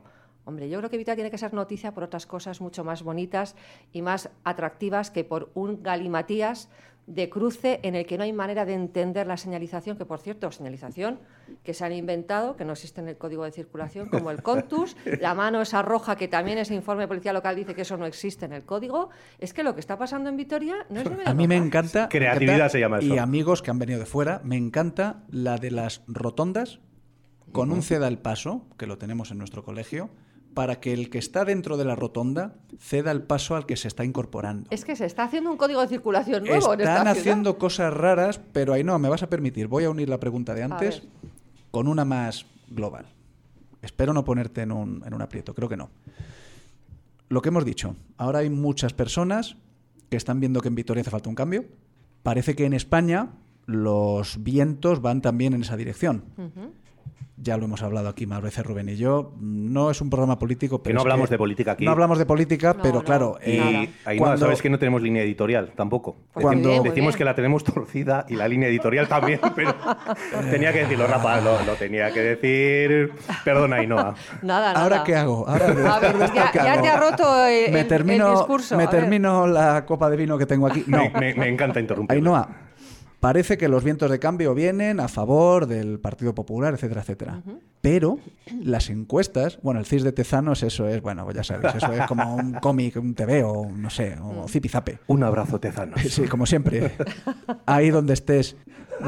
Hombre, yo creo que Vitoria tiene que ser noticia por otras cosas mucho más bonitas y más atractivas que por un galimatías de cruce en el que no hay manera de entender la señalización, que por cierto, señalización que se han inventado, que no existe en el código de circulación, como el Contus, la mano esa roja, que también ese informe policial local dice que eso no existe en el código. Es que lo que está pasando en Vitoria no es de menos. A mí me encanta... Creatividad se llama eso. Y amigos que han venido de fuera, me encanta la de las rotondas con un ceda el paso, que lo tenemos en nuestro colegio, para que el que está dentro de la rotonda ceda el paso al que se está incorporando. Es que se está haciendo un código de circulación nuevo en esta Están ciudad. haciendo cosas raras, pero ahí no, me vas a permitir. Voy a unir la pregunta de antes con una más global. Espero no ponerte en un aprieto, creo que no. Lo que hemos dicho, ahora hay muchas personas que están viendo que en Vitoria hace falta un cambio. Parece que en España los vientos van también en esa dirección. Ya lo hemos hablado aquí más veces, Rubén y yo. No es un programa político, pero que no hablamos de política aquí. No hablamos de política, No, pero no, claro... Y ahí no, sabes que no tenemos línea editorial tampoco. Cuando- Muy bien, muy Decimos bien. que la tenemos torcida y la línea editorial también, pero tenía que decirlo, Rafa, lo tenía que decir. Perdona, Ainhoa. Nada, nada. ¿Ahora qué hago? Ahora, A ver, ya ¿qué hago? te ha roto el discurso. Me A ver. termino la copa de vino que tengo aquí. No, Me encanta interrumpir. Ainhoa, parece que los vientos de cambio vienen a favor del Partido Popular, etcétera, etcétera. Pero las encuestas, bueno, el CIS de Tezanos, eso es, bueno, ya sabéis, eso es como un cómic, un TV o no sé, o zipizape. Un abrazo, Tezanos. Sí, como siempre. Ahí donde estés.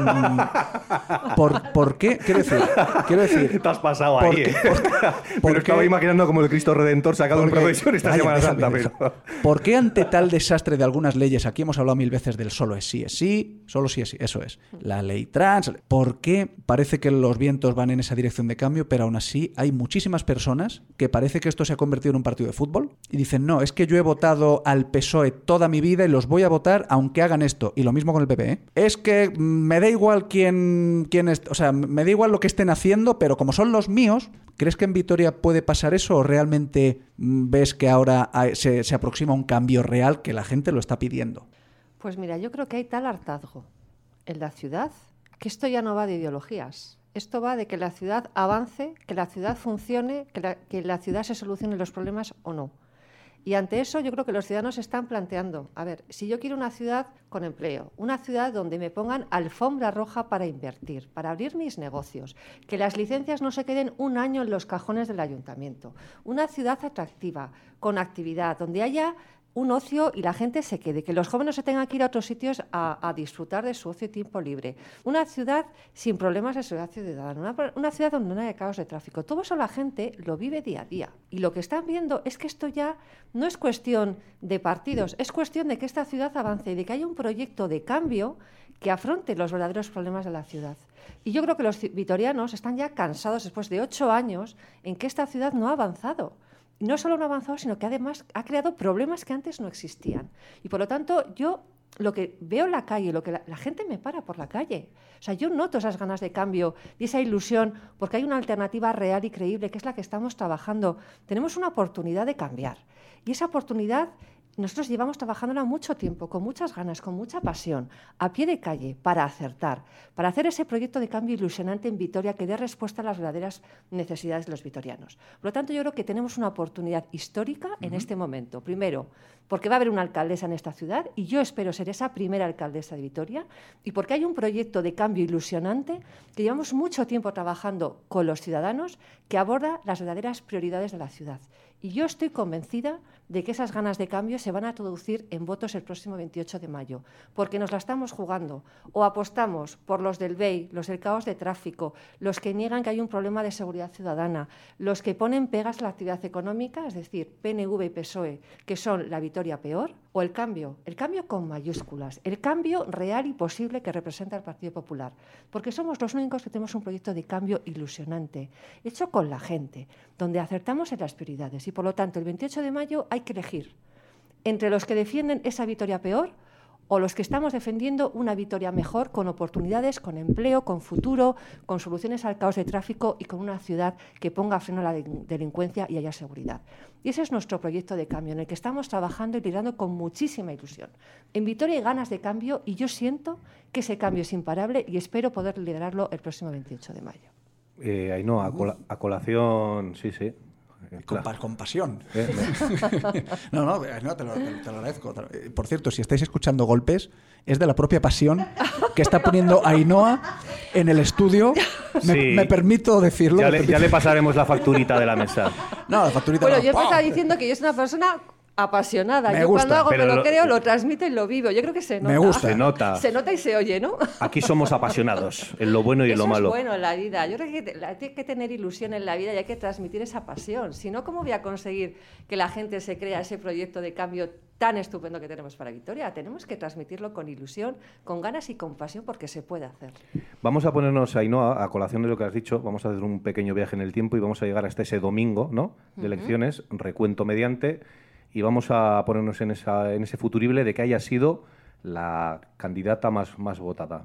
¿Por qué? Quiero decir, Te has pasado ¿por ahí, qué- ¿eh? por Me lo estaba qué- imaginando como el Cristo Redentor sacado en porque- procesión esta Vaya, Semana déjame, Santa. déjame. Pero... ¿Por qué ante tal desastre de algunas leyes, aquí hemos hablado 1000 veces del solo es sí, solo sí es sí, eso es, la ley trans, ¿por qué parece que los vientos van en esa dirección de cambio, pero aún así hay muchísimas personas que parece que esto se ha convertido en un partido de fútbol y dicen, no, es que yo he votado al PSOE toda mi vida y los voy a votar aunque hagan esto, y lo mismo con el PP, ¿eh? Es que me da igual quién es, o sea, me da igual lo que estén haciendo, pero como son los míos, ¿crees que en Vitoria puede pasar eso o realmente ves que ahora se aproxima un cambio real que la gente lo está pidiendo? Pues mira, yo creo que hay tal hartazgo en la ciudad que esto ya no va de ideologías. Esto va de que la ciudad avance, que la ciudad funcione, que la ciudad se solucione los problemas o no. Y ante eso yo creo que los ciudadanos se están planteando, a ver, si yo quiero una ciudad con empleo, una ciudad donde me pongan alfombra roja para invertir, para abrir mis negocios, que las licencias no se queden un año en los cajones del ayuntamiento, una ciudad atractiva, con actividad, donde haya un ocio y la gente se quede, que los jóvenes se tengan que ir a otros sitios a disfrutar de su ocio y tiempo libre. Una ciudad sin problemas de seguridad ciudadana, una ciudad donde no haya caos de tráfico. Todo eso la gente lo vive día a día. Y lo que están viendo es que esto ya no es cuestión de partidos, es cuestión de que esta ciudad avance y de que haya un proyecto de cambio que afronte los verdaderos problemas de la ciudad. Y yo creo que los vitorianos están ya cansados después de 8 años en que esta ciudad no ha avanzado. Y no solo no ha avanzado, sino que además ha creado problemas que antes no existían. Y por lo tanto, yo lo que veo en la calle, lo que la gente me para por la calle. O sea, yo noto esas ganas de cambio y esa ilusión porque hay una alternativa real y creíble, que es la que estamos trabajando. Tenemos una oportunidad de cambiar. Y esa oportunidad nosotros llevamos trabajándola mucho tiempo, con muchas ganas, con mucha pasión, a pie de calle, para acertar, para hacer ese proyecto de cambio ilusionante en Vitoria que dé respuesta a las verdaderas necesidades de los vitorianos. Por lo tanto, yo creo que tenemos una oportunidad histórica en este momento. Primero, porque va a haber una alcaldesa en esta ciudad y yo espero ser esa primera alcaldesa de Vitoria, y porque hay un proyecto de cambio ilusionante que llevamos mucho tiempo trabajando con los ciudadanos, que aborda las verdaderas prioridades de la ciudad. Y yo estoy convencida de que esas ganas de cambio se van a traducir en votos el próximo 28 de mayo, porque nos la estamos jugando. O apostamos por los del BEI, los del caos de tráfico, los que niegan que hay un problema de seguridad ciudadana, los que ponen pegas a la actividad económica, es decir, PNV y PSOE, que son la Vitoria peor, o el cambio con mayúsculas, el cambio real y posible que representa el Partido Popular, porque somos los únicos que tenemos un proyecto de cambio ilusionante, hecho con la gente, donde acertamos en las prioridades. Y por lo tanto, el 28 de mayo hay que elegir entre los que defienden esa Vitoria peor o los que estamos defendiendo una Vitoria mejor, con oportunidades, con empleo, con futuro, con soluciones al caos de tráfico y con una ciudad que ponga freno a la delincuencia y haya seguridad. Y ese es nuestro proyecto de cambio, en el que estamos trabajando y liderando con muchísima ilusión. En Vitoria hay ganas de cambio y yo siento que ese cambio es imparable y espero poder liderarlo el próximo 28 de mayo. Ainhoa, a colación, sí, Con pasión. No, te lo agradezco. Por cierto, si estáis escuchando golpes, es de la propia pasión que está poniendo Ainhoa en el estudio. Me permito decirlo. Ya le pasaremos la facturita de la mesa. No, la facturita Bueno, no. yo empezaba diciendo que yo soy una persona apasionada. Me Yo gusta, cuando pero lo creo, lo transmito y lo vivo. Yo creo que se nota. Me gusta. Se nota. Se nota y se oye, ¿no? Aquí somos apasionados, en lo bueno y en lo malo. Eso es bueno en la vida. Yo creo que hay que tener ilusión en la vida y hay que transmitir esa pasión. Si no, ¿cómo voy a conseguir que la gente se crea ese proyecto de cambio tan estupendo que tenemos para Vitoria? Tenemos que transmitirlo con ilusión, con ganas y con pasión, porque se puede hacer. Vamos a ponernos, Ainhoa, a colación de lo que has dicho, vamos a hacer un pequeño viaje en el tiempo y vamos a llegar hasta ese domingo, ¿no?, de elecciones, recuento mediante, y vamos a ponernos en ese futurible de que haya sido la candidata más votada.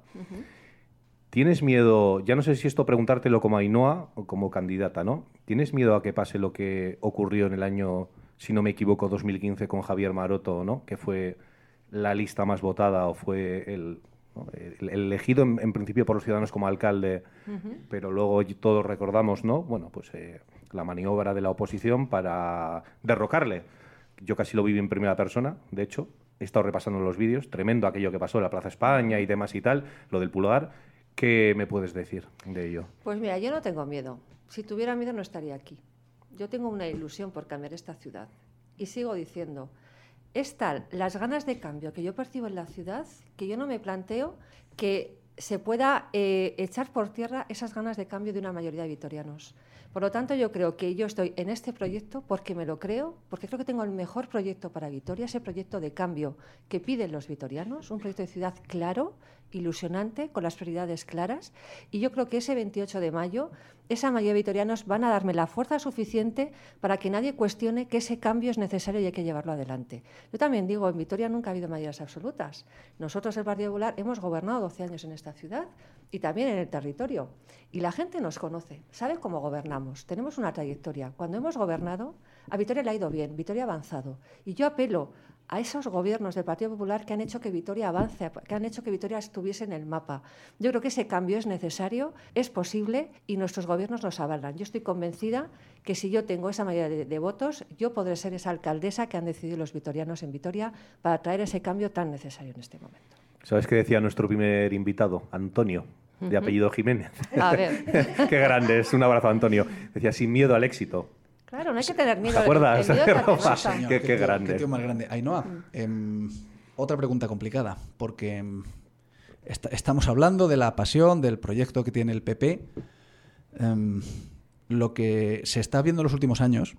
¿Tienes miedo, ya no sé si esto preguntártelo como Ainhoa o como candidata, ¿no? ¿Tienes miedo a que pase lo que ocurrió en el año, si no me equivoco, 2015 con Javier Maroto, ¿no?, que fue la lista más votada o fue el elegido en principio por los ciudadanos como alcalde, pero luego todos recordamos, ¿no?, bueno, pues la maniobra de la oposición para derrocarle? Yo casi lo viví en primera persona, de hecho, he estado repasando los vídeos, tremendo aquello que pasó en la Plaza España y demás y tal, lo del pulgar. ¿Qué me puedes decir de ello? Pues mira, yo no tengo miedo. Si tuviera miedo no estaría aquí. Yo tengo una ilusión por cambiar esta ciudad. Y sigo diciendo, es tal las ganas de cambio que yo percibo en la ciudad que yo no me planteo que se pueda echar por tierra esas ganas de cambio de una mayoría de vitorianos. Por lo tanto, yo creo que yo estoy en este proyecto porque me lo creo, porque creo que tengo el mejor proyecto para Vitoria, ese proyecto de cambio que piden los vitorianos, un proyecto de ciudad claro, ilusionante, con las prioridades claras, y yo creo que ese 28 de mayo esa mayoría de vitorianos van a darme la fuerza suficiente para que nadie cuestione que ese cambio es necesario y hay que llevarlo adelante. Yo también digo, en Vitoria nunca ha habido mayorías absolutas. Nosotros, el Partido Popular, hemos gobernado 12 años en esta ciudad y también en el territorio. Y la gente nos conoce, sabe cómo gobernamos, tenemos una trayectoria. Cuando hemos gobernado, a Vitoria le ha ido bien, Vitoria ha avanzado. Y yo apelo a esos gobiernos del Partido Popular que han hecho que Vitoria avance, que han hecho que Vitoria estuviese en el mapa. Yo creo que ese cambio es necesario, es posible y nuestros gobiernos nos avalan. Yo estoy convencida que si yo tengo esa mayoría de votos, yo podré ser esa alcaldesa que han decidido los vitorianos en Vitoria para traer ese cambio tan necesario en este momento. ¿Sabes qué decía nuestro primer invitado, Antonio, de apellido Jiménez? A ver. Qué grande es, un abrazo, Antonio. Decía, sin miedo al éxito. Claro, no hay que tener miedo. ¿Te acuerdas? El miedo es otra cosa. Qué grande. Qué tío más grande. Ainhoa, otra pregunta complicada, porque estamos hablando de la pasión, del proyecto que tiene el PP. Lo que se está viendo en los últimos años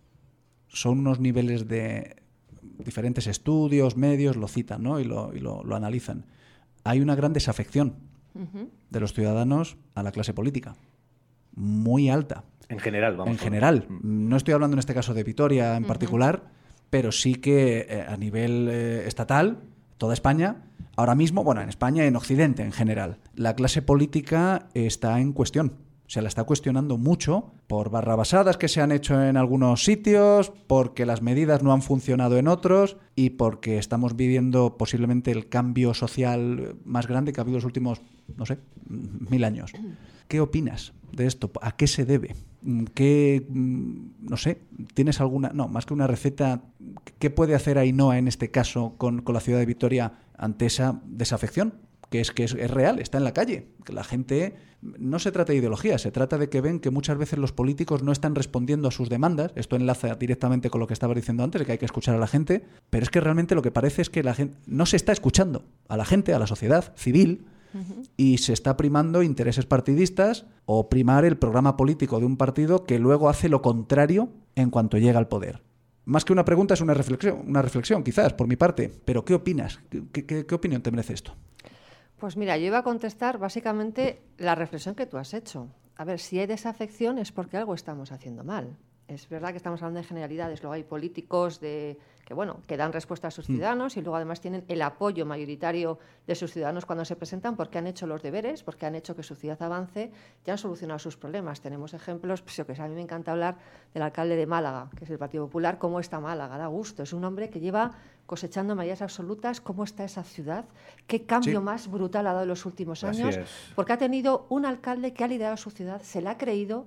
son unos niveles de diferentes estudios, medios, lo citan, ¿no?, y lo analizan. Hay una gran desafección de los ciudadanos a la clase política, muy alta. En general, vamos. En general. No estoy hablando en este caso de Vitoria en particular, pero sí que a nivel estatal, toda España, ahora mismo, bueno, en España y en Occidente en general, la clase política está en cuestión. Se la está cuestionando mucho por barrabasadas que se han hecho en algunos sitios, porque las medidas no han funcionado en otros y porque estamos viviendo posiblemente el cambio social más grande que ha habido en los últimos, no sé, 1000 años. ¿Qué opinas de esto? ¿A qué se debe? ¿Qué, no sé, tienes alguna, no, más que una receta, qué puede hacer Ainhoa en este caso con la ciudad de Vitoria ante esa desafección? Que es real, está en la calle. Que la gente, no se trata de ideología, se trata de que ven que muchas veces los políticos no están respondiendo a sus demandas. Esto enlaza directamente con lo que estaba diciendo antes, de que hay que escuchar a la gente, pero es que realmente lo que parece es que la gente no se está escuchando a la gente, a la sociedad civil, y se está primando intereses partidistas o primar el programa político de un partido que luego hace lo contrario en cuanto llega al poder. Más que una pregunta es una reflexión quizás por mi parte, pero ¿qué opinas? ¿Qué opinión te merece esto? Pues mira, yo iba a contestar básicamente la reflexión que tú has hecho. A ver, si hay desafección es porque algo estamos haciendo mal. Es verdad que estamos hablando de generalidades, luego hay políticos que dan respuesta a sus ciudadanos y luego además tienen el apoyo mayoritario de sus ciudadanos cuando se presentan porque han hecho los deberes, porque han hecho que su ciudad avance y han solucionado sus problemas. Tenemos ejemplos, pues, a mí me encanta hablar del alcalde de Málaga, que es el Partido Popular, cómo está Málaga, da gusto. Es un hombre que lleva cosechando mayorías absolutas, cómo está esa ciudad, qué cambio más brutal ha dado en los últimos años, porque ha tenido un alcalde que ha liderado su ciudad, se la ha creído,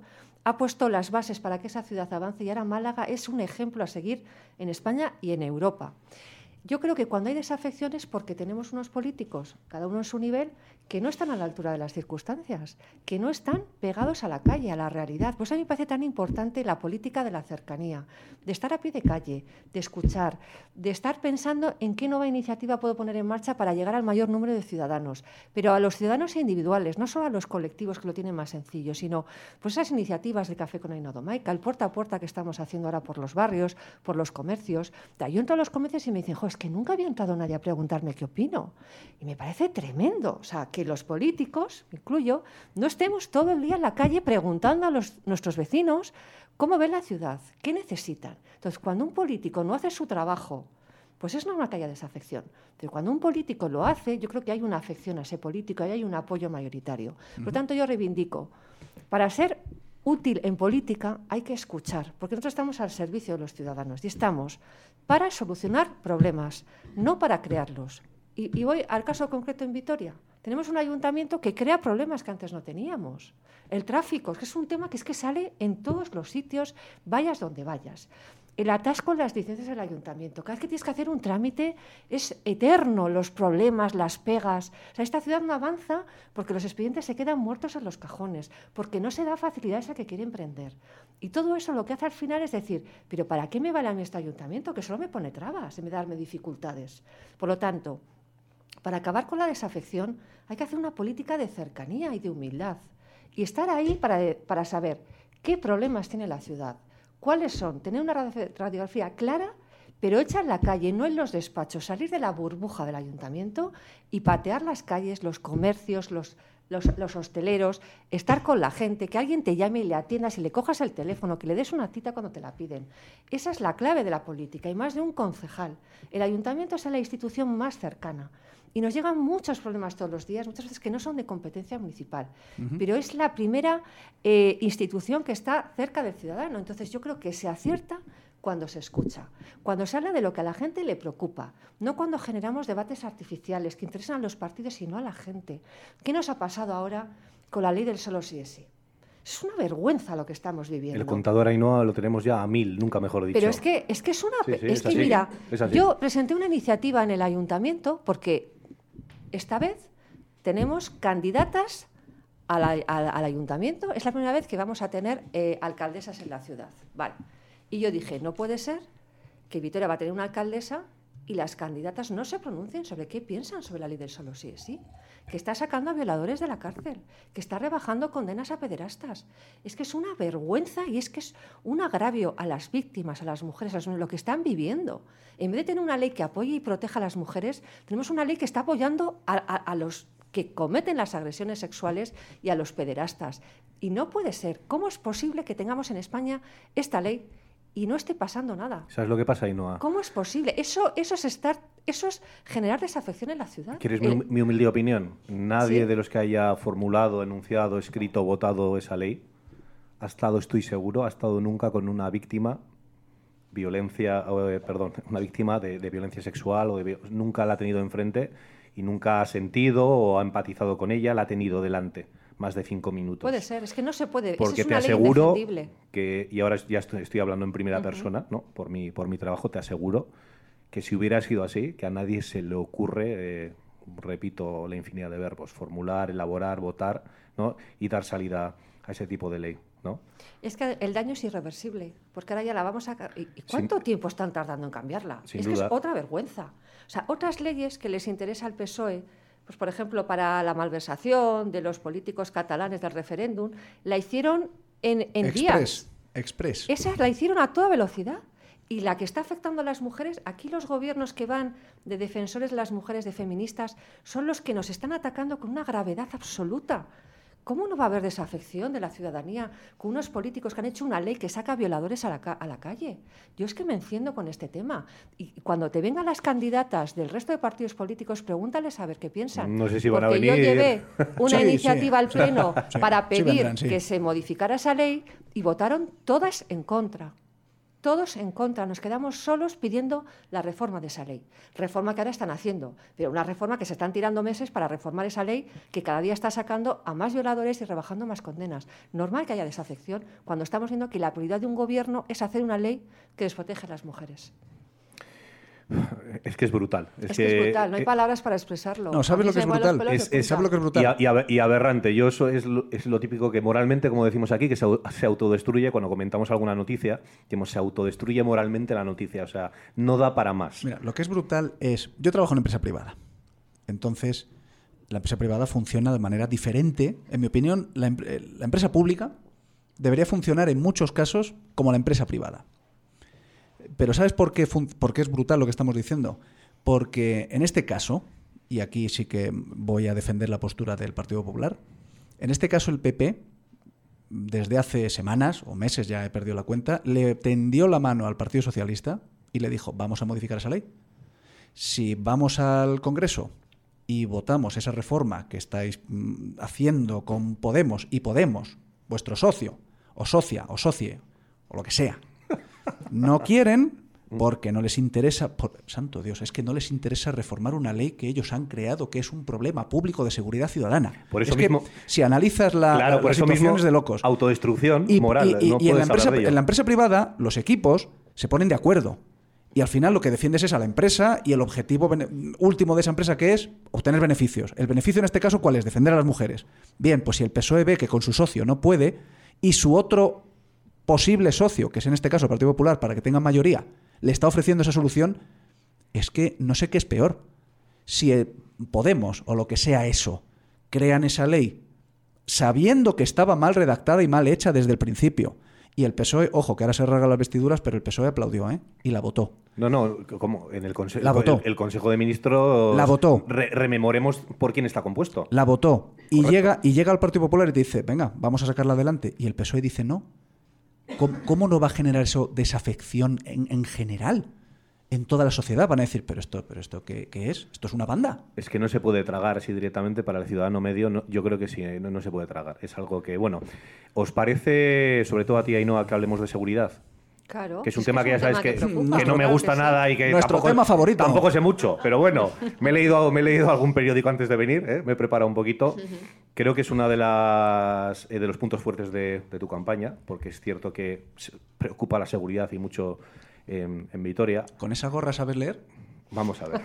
ha puesto las bases para que esa ciudad avance y ahora Málaga es un ejemplo a seguir en España y en Europa. Yo creo que cuando hay desafecciones porque tenemos unos políticos, cada uno en su nivel, que no están a la altura de las circunstancias, que no están pegados a la calle, a la realidad. Pues a mí me parece tan importante la política de la cercanía, de estar a pie de calle, de escuchar, de estar pensando en qué nueva iniciativa puedo poner en marcha para llegar al mayor número de ciudadanos, pero a los ciudadanos individuales, no solo a los colectivos que lo tienen más sencillo, sino pues esas iniciativas de Café con Ainhoa Domaica, el puerta a puerta que estamos haciendo ahora por los barrios, por los comercios. Yo entro a los comercios y me dicen, es que nunca había entrado nadie a preguntarme qué opino. Y me parece tremendo. O sea, que los políticos, me incluyo, no estemos todo el día en la calle preguntando a nuestros vecinos cómo ven la ciudad, qué necesitan. Entonces, cuando un político no hace su trabajo, pues es normal que haya desafección. Pero cuando un político lo hace, yo creo que hay una afección a ese político y hay un apoyo mayoritario. Por lo tanto, yo reivindico, para ser útil en política hay que escuchar, porque nosotros estamos al servicio de los ciudadanos y estamos para solucionar problemas, no para crearlos. Y voy al caso concreto en Vitoria. Tenemos un ayuntamiento que crea problemas que antes no teníamos. El tráfico, que es un tema que sale en todos los sitios, vayas donde vayas. El atasco en las licencias del ayuntamiento. Cada vez que tienes que hacer un trámite es eterno, los problemas, las pegas. O sea, esta ciudad no avanza porque los expedientes se quedan muertos en los cajones, porque no se da facilidades a que quiere emprender. Y todo eso lo que hace al final es decir, pero ¿para qué me vale a mí este ayuntamiento? Que solo me pone trabas en vez de darme dificultades. Por lo tanto, para acabar con la desafección hay que hacer una política de cercanía y de humildad. Y estar ahí para saber qué problemas tiene la ciudad. ¿Cuáles son? Tener una radiografía clara, pero hecha en la calle, no en los despachos. Salir de la burbuja del ayuntamiento y patear las calles, los comercios, los hosteleros, estar con la gente, que alguien te llame y le atiendas y le cojas el teléfono, que le des una cita cuando te la piden. Esa es la clave de la política y más de un concejal. El ayuntamiento es la institución más cercana. Y nos llegan muchos problemas todos los días, muchas veces que no son de competencia municipal, pero es la primera institución que está cerca del ciudadano. Entonces yo creo que se acierta cuando se escucha, cuando se habla de lo que a la gente le preocupa, no cuando generamos debates artificiales que interesan a los partidos y no a la gente. ¿Qué nos ha pasado ahora con la ley del solo sí es sí? Es una vergüenza lo que estamos viviendo. El contador Ainhoa lo tenemos ya a 1000, nunca mejor dicho. Pero es que es una... Sí, es que mira, yo presenté una iniciativa en el ayuntamiento porque esta vez tenemos candidatas al ayuntamiento. Es la primera vez que vamos a tener alcaldesas en la ciudad. Vale. Y yo dije, no puede ser que Vitoria va a tener una alcaldesa y las candidatas no se pronuncien sobre qué piensan sobre la ley del solo sí es sí, que está sacando a violadores de la cárcel, que está rebajando condenas a pederastas. Es que es una vergüenza y es que es un agravio a las víctimas, a las mujeres, a lo que están viviendo. En vez de tener una ley que apoye y proteja a las mujeres, tenemos una ley que está apoyando a los que cometen las agresiones sexuales y a los pederastas. Y no puede ser. ¿Cómo es posible que tengamos en España esta ley y no esté pasando nada? ¿Sabes lo que pasa, Ainhoa? ¿Cómo es posible? Eso es generar desafección en la ciudad. ¿Quieres mi humilde opinión? Nadie de los que haya formulado, enunciado, escrito, votado esa ley ha estado, estoy seguro, ha estado nunca con una víctima una víctima de violencia sexual nunca la ha tenido enfrente y nunca ha sentido o ha empatizado con ella, la ha tenido delante más de 5 minutos. Puede ser, es que no se puede. Porque es te una aseguro ley indefendible. que, y ahora ya estoy hablando en primera persona, ¿no? Por mi trabajo, te aseguro que si hubiera sido así, que a nadie se le ocurre, repito la infinidad de verbos, formular, elaborar, votar, ¿no? Y dar salida a ese tipo de ley, ¿no? Es que el daño es irreversible, porque ahora ya la vamos a... ¿Y cuánto tiempo están tardando en cambiarla? Es que es otra vergüenza. O sea, otras leyes que les interesa al PSOE, pues por ejemplo, para la malversación de los políticos catalanes del referéndum, la hicieron en días. Express. Esa la hicieron a toda velocidad. Y la que está afectando a las mujeres, aquí los gobiernos que van de defensores de las mujeres, de feministas, son los que nos están atacando con una gravedad absoluta. ¿Cómo no va a haber desafección de la ciudadanía con unos políticos que han hecho una ley que saca violadores a la calle? Yo es que me enciendo con este tema. Y cuando te vengan las candidatas del resto de partidos políticos, pregúntales a ver qué piensan. No sé si van a venir. Porque yo llevé una iniciativa al Pleno para pedir vendrán, que se modificara esa ley y votaron todas en contra. todos en contra, nos quedamos solos pidiendo la reforma de esa ley. Reforma que ahora están haciendo, pero una reforma que se están tirando meses para reformar esa ley que cada día está sacando a más violadores y rebajando más condenas. Normal que haya desafección cuando estamos viendo que la prioridad de un gobierno es hacer una ley que desprotege a las mujeres. Es que es brutal. Es que es brutal, no hay palabras para expresarlo. No, ¿sabes lo que es brutal? ¿Sabes lo que es brutal? Y aberrante. Yo eso es lo típico que moralmente, como decimos aquí, que se autodestruye cuando comentamos alguna noticia, que se autodestruye moralmente la noticia. O sea, no da para más. Mira, lo que es brutal es... Yo trabajo en empresa privada. Entonces, la empresa privada funciona de manera diferente. En mi opinión, la empresa pública debería funcionar en muchos casos como la empresa privada. Pero ¿sabes por qué es brutal lo que estamos diciendo? Porque en este caso, y aquí sí que voy a defender la postura del Partido Popular, en este caso el PP, desde hace semanas o meses, ya he perdido la cuenta, le tendió la mano al Partido Socialista y le dijo, vamos a modificar esa ley. Si vamos al Congreso y votamos esa reforma que estáis haciendo con Podemos, y Podemos, vuestro socio, o socia, o socie, o lo que sea, no quieren porque no les interesa, santo Dios, es que no les interesa reformar una ley que ellos han creado, que es un problema público de seguridad ciudadana. Por eso es mismo, que si analizas las situaciones de locos. Autodestrucción moral. Y en la empresa privada, los equipos se ponen de acuerdo. Y al final lo que defiendes es a la empresa y el objetivo último de esa empresa, que es obtener beneficios. El beneficio en este caso, ¿cuál es? Defender a las mujeres. Bien, pues si el PSOE ve que con su socio no puede y su otro posible socio, que es en este caso el Partido Popular, para que tenga mayoría, le está ofreciendo esa solución, es que no sé qué es peor. Si Podemos, o lo que sea eso, crean esa ley sabiendo que estaba mal redactada y mal hecha desde el principio, y el PSOE, ojo, que ahora se rasga las vestiduras, pero el PSOE aplaudió, y la votó. No, como en el Consejo, la votó. El Consejo de Ministros... La votó. Rememoremos por quién está compuesto. La votó. Y llega al Partido Popular y te dice, venga, vamos a sacarla adelante. Y el PSOE dice no. ¿Cómo no va a generar eso desafección en general? En toda la sociedad van a decir, ¿pero esto qué es? ¿Esto es una banda? Es que no se puede tragar así directamente para el ciudadano medio. No, yo creo que sí, no se puede tragar. Es algo que, bueno, ¿os parece, sobre todo a ti, Ainhoa, que hablemos de seguridad? Claro. Que es un tema que ya sabes que preocupa, no me gusta nada y que nuestro tema favorito. Tampoco sé mucho, pero bueno, me he leído algún periódico antes de venir, me he preparado un poquito. Creo que es una de los puntos fuertes de tu campaña, porque es cierto que preocupa la seguridad y mucho en Vitoria. ¿Con esa gorra sabes leer? Vamos a ver.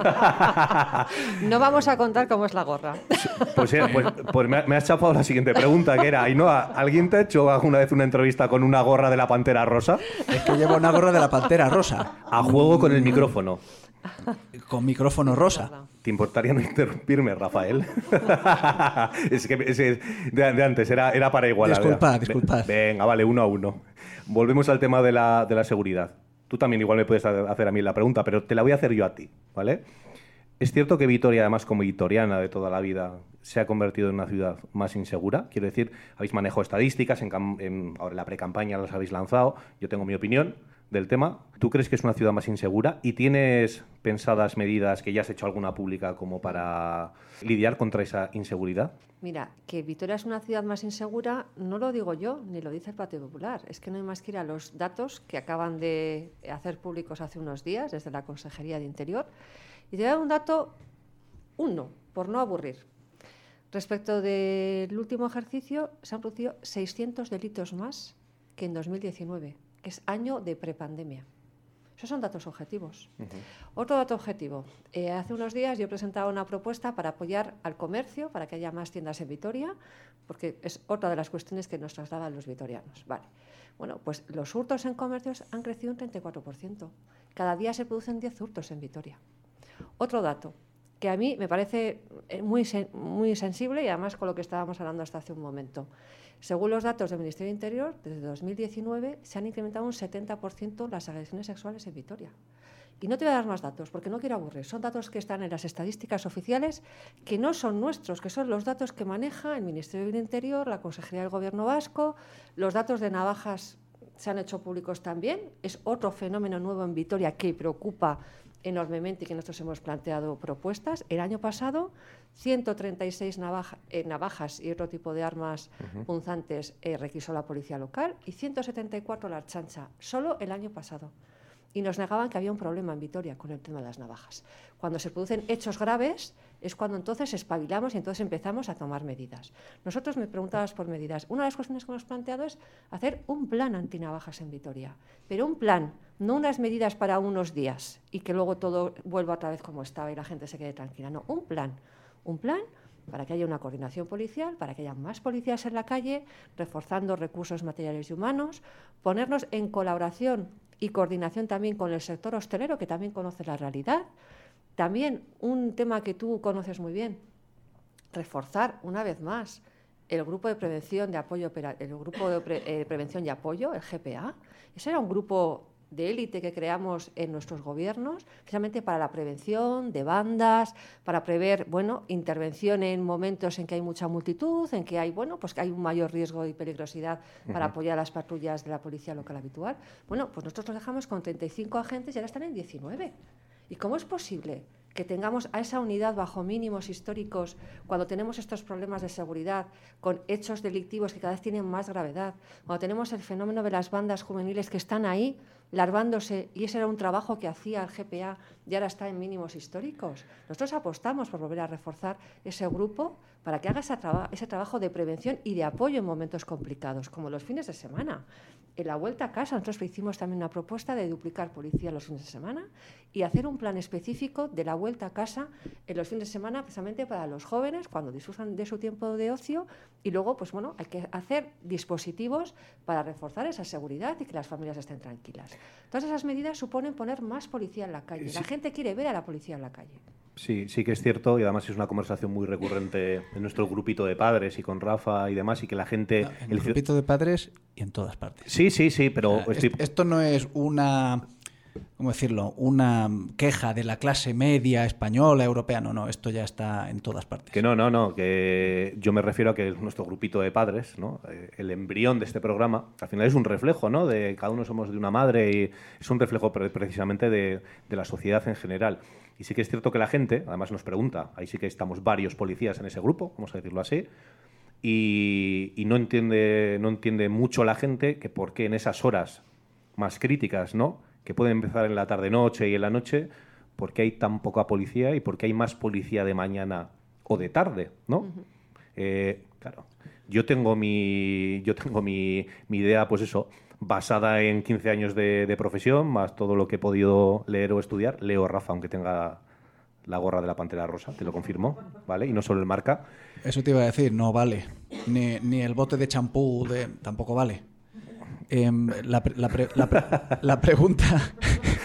No vamos a contar cómo es la gorra. Pues me has chafado la siguiente pregunta, que era, Ainhoa, ¿alguien te ha hecho alguna vez una entrevista con una gorra de la Pantera Rosa? Es que llevo una gorra de la Pantera Rosa. A juego con el micrófono. Con micrófono rosa. ¿Te importaría no interrumpirme, Rafael? es que de antes era para igualar. Disculpad. Venga, vale, 1-1. Volvemos al tema de la seguridad. Tú también igual me puedes hacer a mí la pregunta, pero te la voy a hacer yo a ti, ¿vale? ¿Es cierto que Vitoria, además como vitoriana de toda la vida, se ha convertido en una ciudad más insegura? Quiero decir, habéis manejado estadísticas, ahora en la pre-campaña las habéis lanzado, yo tengo mi opinión del tema. ¿Tú crees que es una ciudad más insegura? ¿Y tienes pensadas medidas que ya has hecho alguna pública como para lidiar contra esa inseguridad? Mira, que Vitoria es una ciudad más insegura no lo digo yo, ni lo dice el Partido Popular. Es que no hay más que ir a los datos que acaban de hacer públicos hace unos días desde la Consejería de Interior. Y te voy a dar un dato, por no aburrir. Respecto del último ejercicio, se han producido 600 delitos más que en 2019, que es año de prepandemia. Esos son datos objetivos. Otro dato objetivo. Hace unos días yo he presentado una propuesta para apoyar al comercio, para que haya más tiendas en Vitoria, porque es otra de las cuestiones que nos trasladan los vitorianos. Vale. Bueno, pues los hurtos en comercios han crecido un 34%. Cada día se producen 10 hurtos en Vitoria. Otro dato que a mí me parece muy sensible y además con lo que estábamos hablando hasta hace un momento. Según los datos del Ministerio de Interior, desde 2019 se han incrementado un 70% las agresiones sexuales en Vitoria. Y no te voy a dar más datos, porque no quiero aburrir. Son datos que están en las estadísticas oficiales, que no son nuestros, que son los datos que maneja el Ministerio del Interior, la Consejería del Gobierno Vasco. Los datos de navajas se han hecho públicos también. Es otro fenómeno nuevo en Vitoria que preocupa enormemente y que nosotros hemos planteado propuestas. El año pasado, 136 navajas y otro tipo de armas punzantes requisó la policía local y 174 la Ertzaintza, solo el año pasado. Y nos negaban que había un problema en Vitoria con el tema de las navajas. Cuando se producen hechos graves es cuando entonces espabilamos y entonces empezamos a tomar medidas. Nosotros me preguntabas por medidas. Una de las cuestiones que hemos planteado es hacer un plan antinavajas en Vitoria, pero un plan, no unas medidas para unos días y que luego todo vuelva otra vez como estaba y la gente se quede tranquila. No, un plan para que haya una coordinación policial, para que haya más policías en la calle, reforzando recursos materiales y humanos, ponernos en colaboración y coordinación también con el sector hostelero, que también conoce la realidad. También un tema que tú conoces muy bien, reforzar una vez más el grupo de prevención de apoyo, el grupo de prevención y apoyo, el GPA. Ese era un grupo de élite que creamos en nuestros gobiernos, precisamente para la prevención de bandas, para prever, intervención en momentos en que hay mucha multitud, en que hay, pues que hay un mayor riesgo y peligrosidad para apoyar a las patrullas de la policía local habitual. Pues nosotros los dejamos con 35 agentes y ahora están en 19. ¿Y cómo es posible que tengamos a esa unidad bajo mínimos históricos cuando tenemos estos problemas de seguridad, con hechos delictivos que cada vez tienen más gravedad, cuando tenemos el fenómeno de las bandas juveniles que están ahí larvándose, y ese era un trabajo que hacía el GPA y ahora está en mínimos históricos? Nosotros apostamos por volver a reforzar ese grupo para que haga ese trabajo de prevención y de apoyo en momentos complicados, como los fines de semana. En la vuelta a casa nosotros hicimos también una propuesta de duplicar policía los fines de semana y hacer un plan específico de la vuelta a casa en los fines de semana, precisamente para los jóvenes, cuando disfrutan de su tiempo de ocio, y luego hay que hacer dispositivos para reforzar esa seguridad y que las familias estén tranquilas. Todas esas medidas suponen poner más policía en la calle. La gente quiere ver a la policía en la calle. Sí, sí que es cierto, y además es una conversación muy recurrente en nuestro grupito de padres y con Rafa y demás, y que la gente... En el grupito de padres y en todas partes. Sí, pero... Esto no es una... ¿Cómo decirlo? Una queja de la clase media española, europea. No, esto ya está en todas partes. Que no, que yo me refiero a que nuestro grupito de padres, ¿no? El embrión de este programa, al final es un reflejo, ¿no? De cada uno somos de una madre y es un reflejo precisamente de la sociedad en general. Y sí que es cierto que la gente, además nos pregunta, ahí sí que estamos varios policías en ese grupo, vamos a decirlo así, y no entiende mucho la gente que por qué en esas horas más críticas, ¿no?, que pueden empezar en la tarde-noche y en la noche, por qué hay tan poca policía y por qué hay más policía de mañana o de tarde, ¿no? Claro, yo tengo mi idea, pues eso, basada en 15 años de profesión, más todo lo que he podido leer o estudiar. Leo Rafa, aunque tenga la gorra de la Pantera Rosa, te lo confirmo, ¿vale? Y no solo el marca. Eso te iba a decir, no vale. Ni el bote de champú tampoco vale. La pregunta...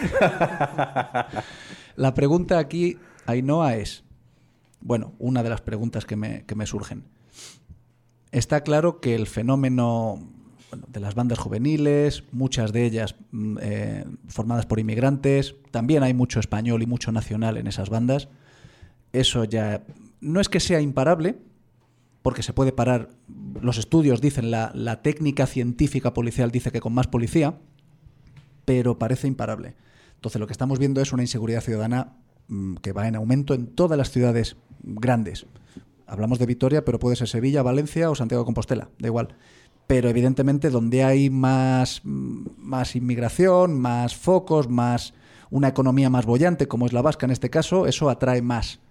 la pregunta aquí, Ainhoa, es... Bueno, una de las preguntas que me surgen. Está claro que el fenómeno de las bandas juveniles, muchas de ellas formadas por inmigrantes, también hay mucho español y mucho nacional en esas bandas. Eso ya no es que sea imparable, porque se puede parar. Los estudios dicen, la técnica científica policial dice que con más policía, pero parece imparable. Entonces lo que estamos viendo es una inseguridad ciudadana que va en aumento en todas las ciudades grandes. Hablamos de Vitoria, pero puede ser Sevilla, Valencia o Santiago de Compostela, da igual. Pero evidentemente donde hay más inmigración, más focos, más una economía más boyante, como es la vasca en este caso, eso atrae más.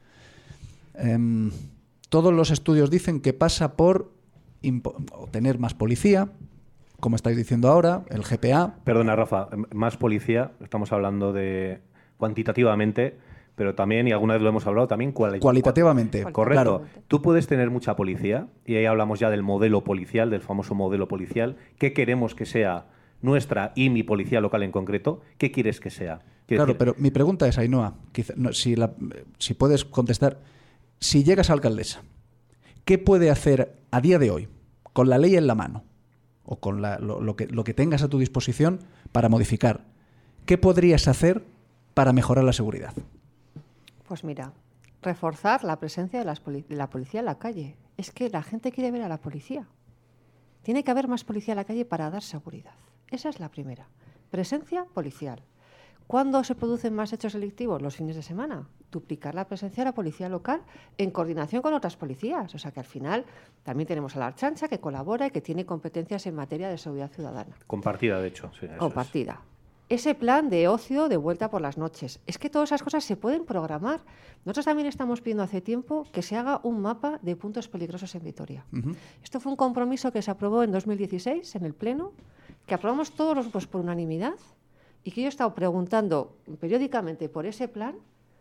Todos los estudios dicen que pasa por tener más policía, como estáis diciendo ahora, el GPA. Perdona, Rafa, más policía, estamos hablando de cuantitativamente, pero también, y alguna vez lo hemos hablado, también cualitativamente. Correcto. Claro. Tú puedes tener mucha policía, y ahí hablamos ya del modelo policial, del famoso modelo policial. ¿Qué queremos que sea nuestra y mi policía local en concreto? ¿Qué quieres que sea? Claro, pero mi pregunta es, Ainhoa, si puedes contestar, si llegas a alcaldesa, ¿qué puede hacer a día de hoy, con la ley en la mano, o con lo que tengas a tu disposición para modificar? ¿Qué podrías hacer para mejorar la seguridad? Pues mira, reforzar la presencia de la policía en la calle. Es que la gente quiere ver a la policía. Tiene que haber más policía en la calle para dar seguridad. Esa es la primera. Presencia policial. ¿Cuándo se producen más hechos delictivos? Los fines de semana. Duplicar la presencia de la policía local en coordinación con otras policías. O sea que al final también tenemos a la Ertzaintza que colabora y que tiene competencias en materia de seguridad ciudadana. Compartida, de hecho. Sí, eso compartida. Ese plan de ocio de vuelta por las noches. Es que todas esas cosas se pueden programar. Nosotros también estamos pidiendo hace tiempo que se haga un mapa de puntos peligrosos en Vitoria. Esto fue un compromiso que se aprobó en 2016 en el Pleno, que aprobamos todos los grupos por unanimidad y que yo he estado preguntando periódicamente por ese plan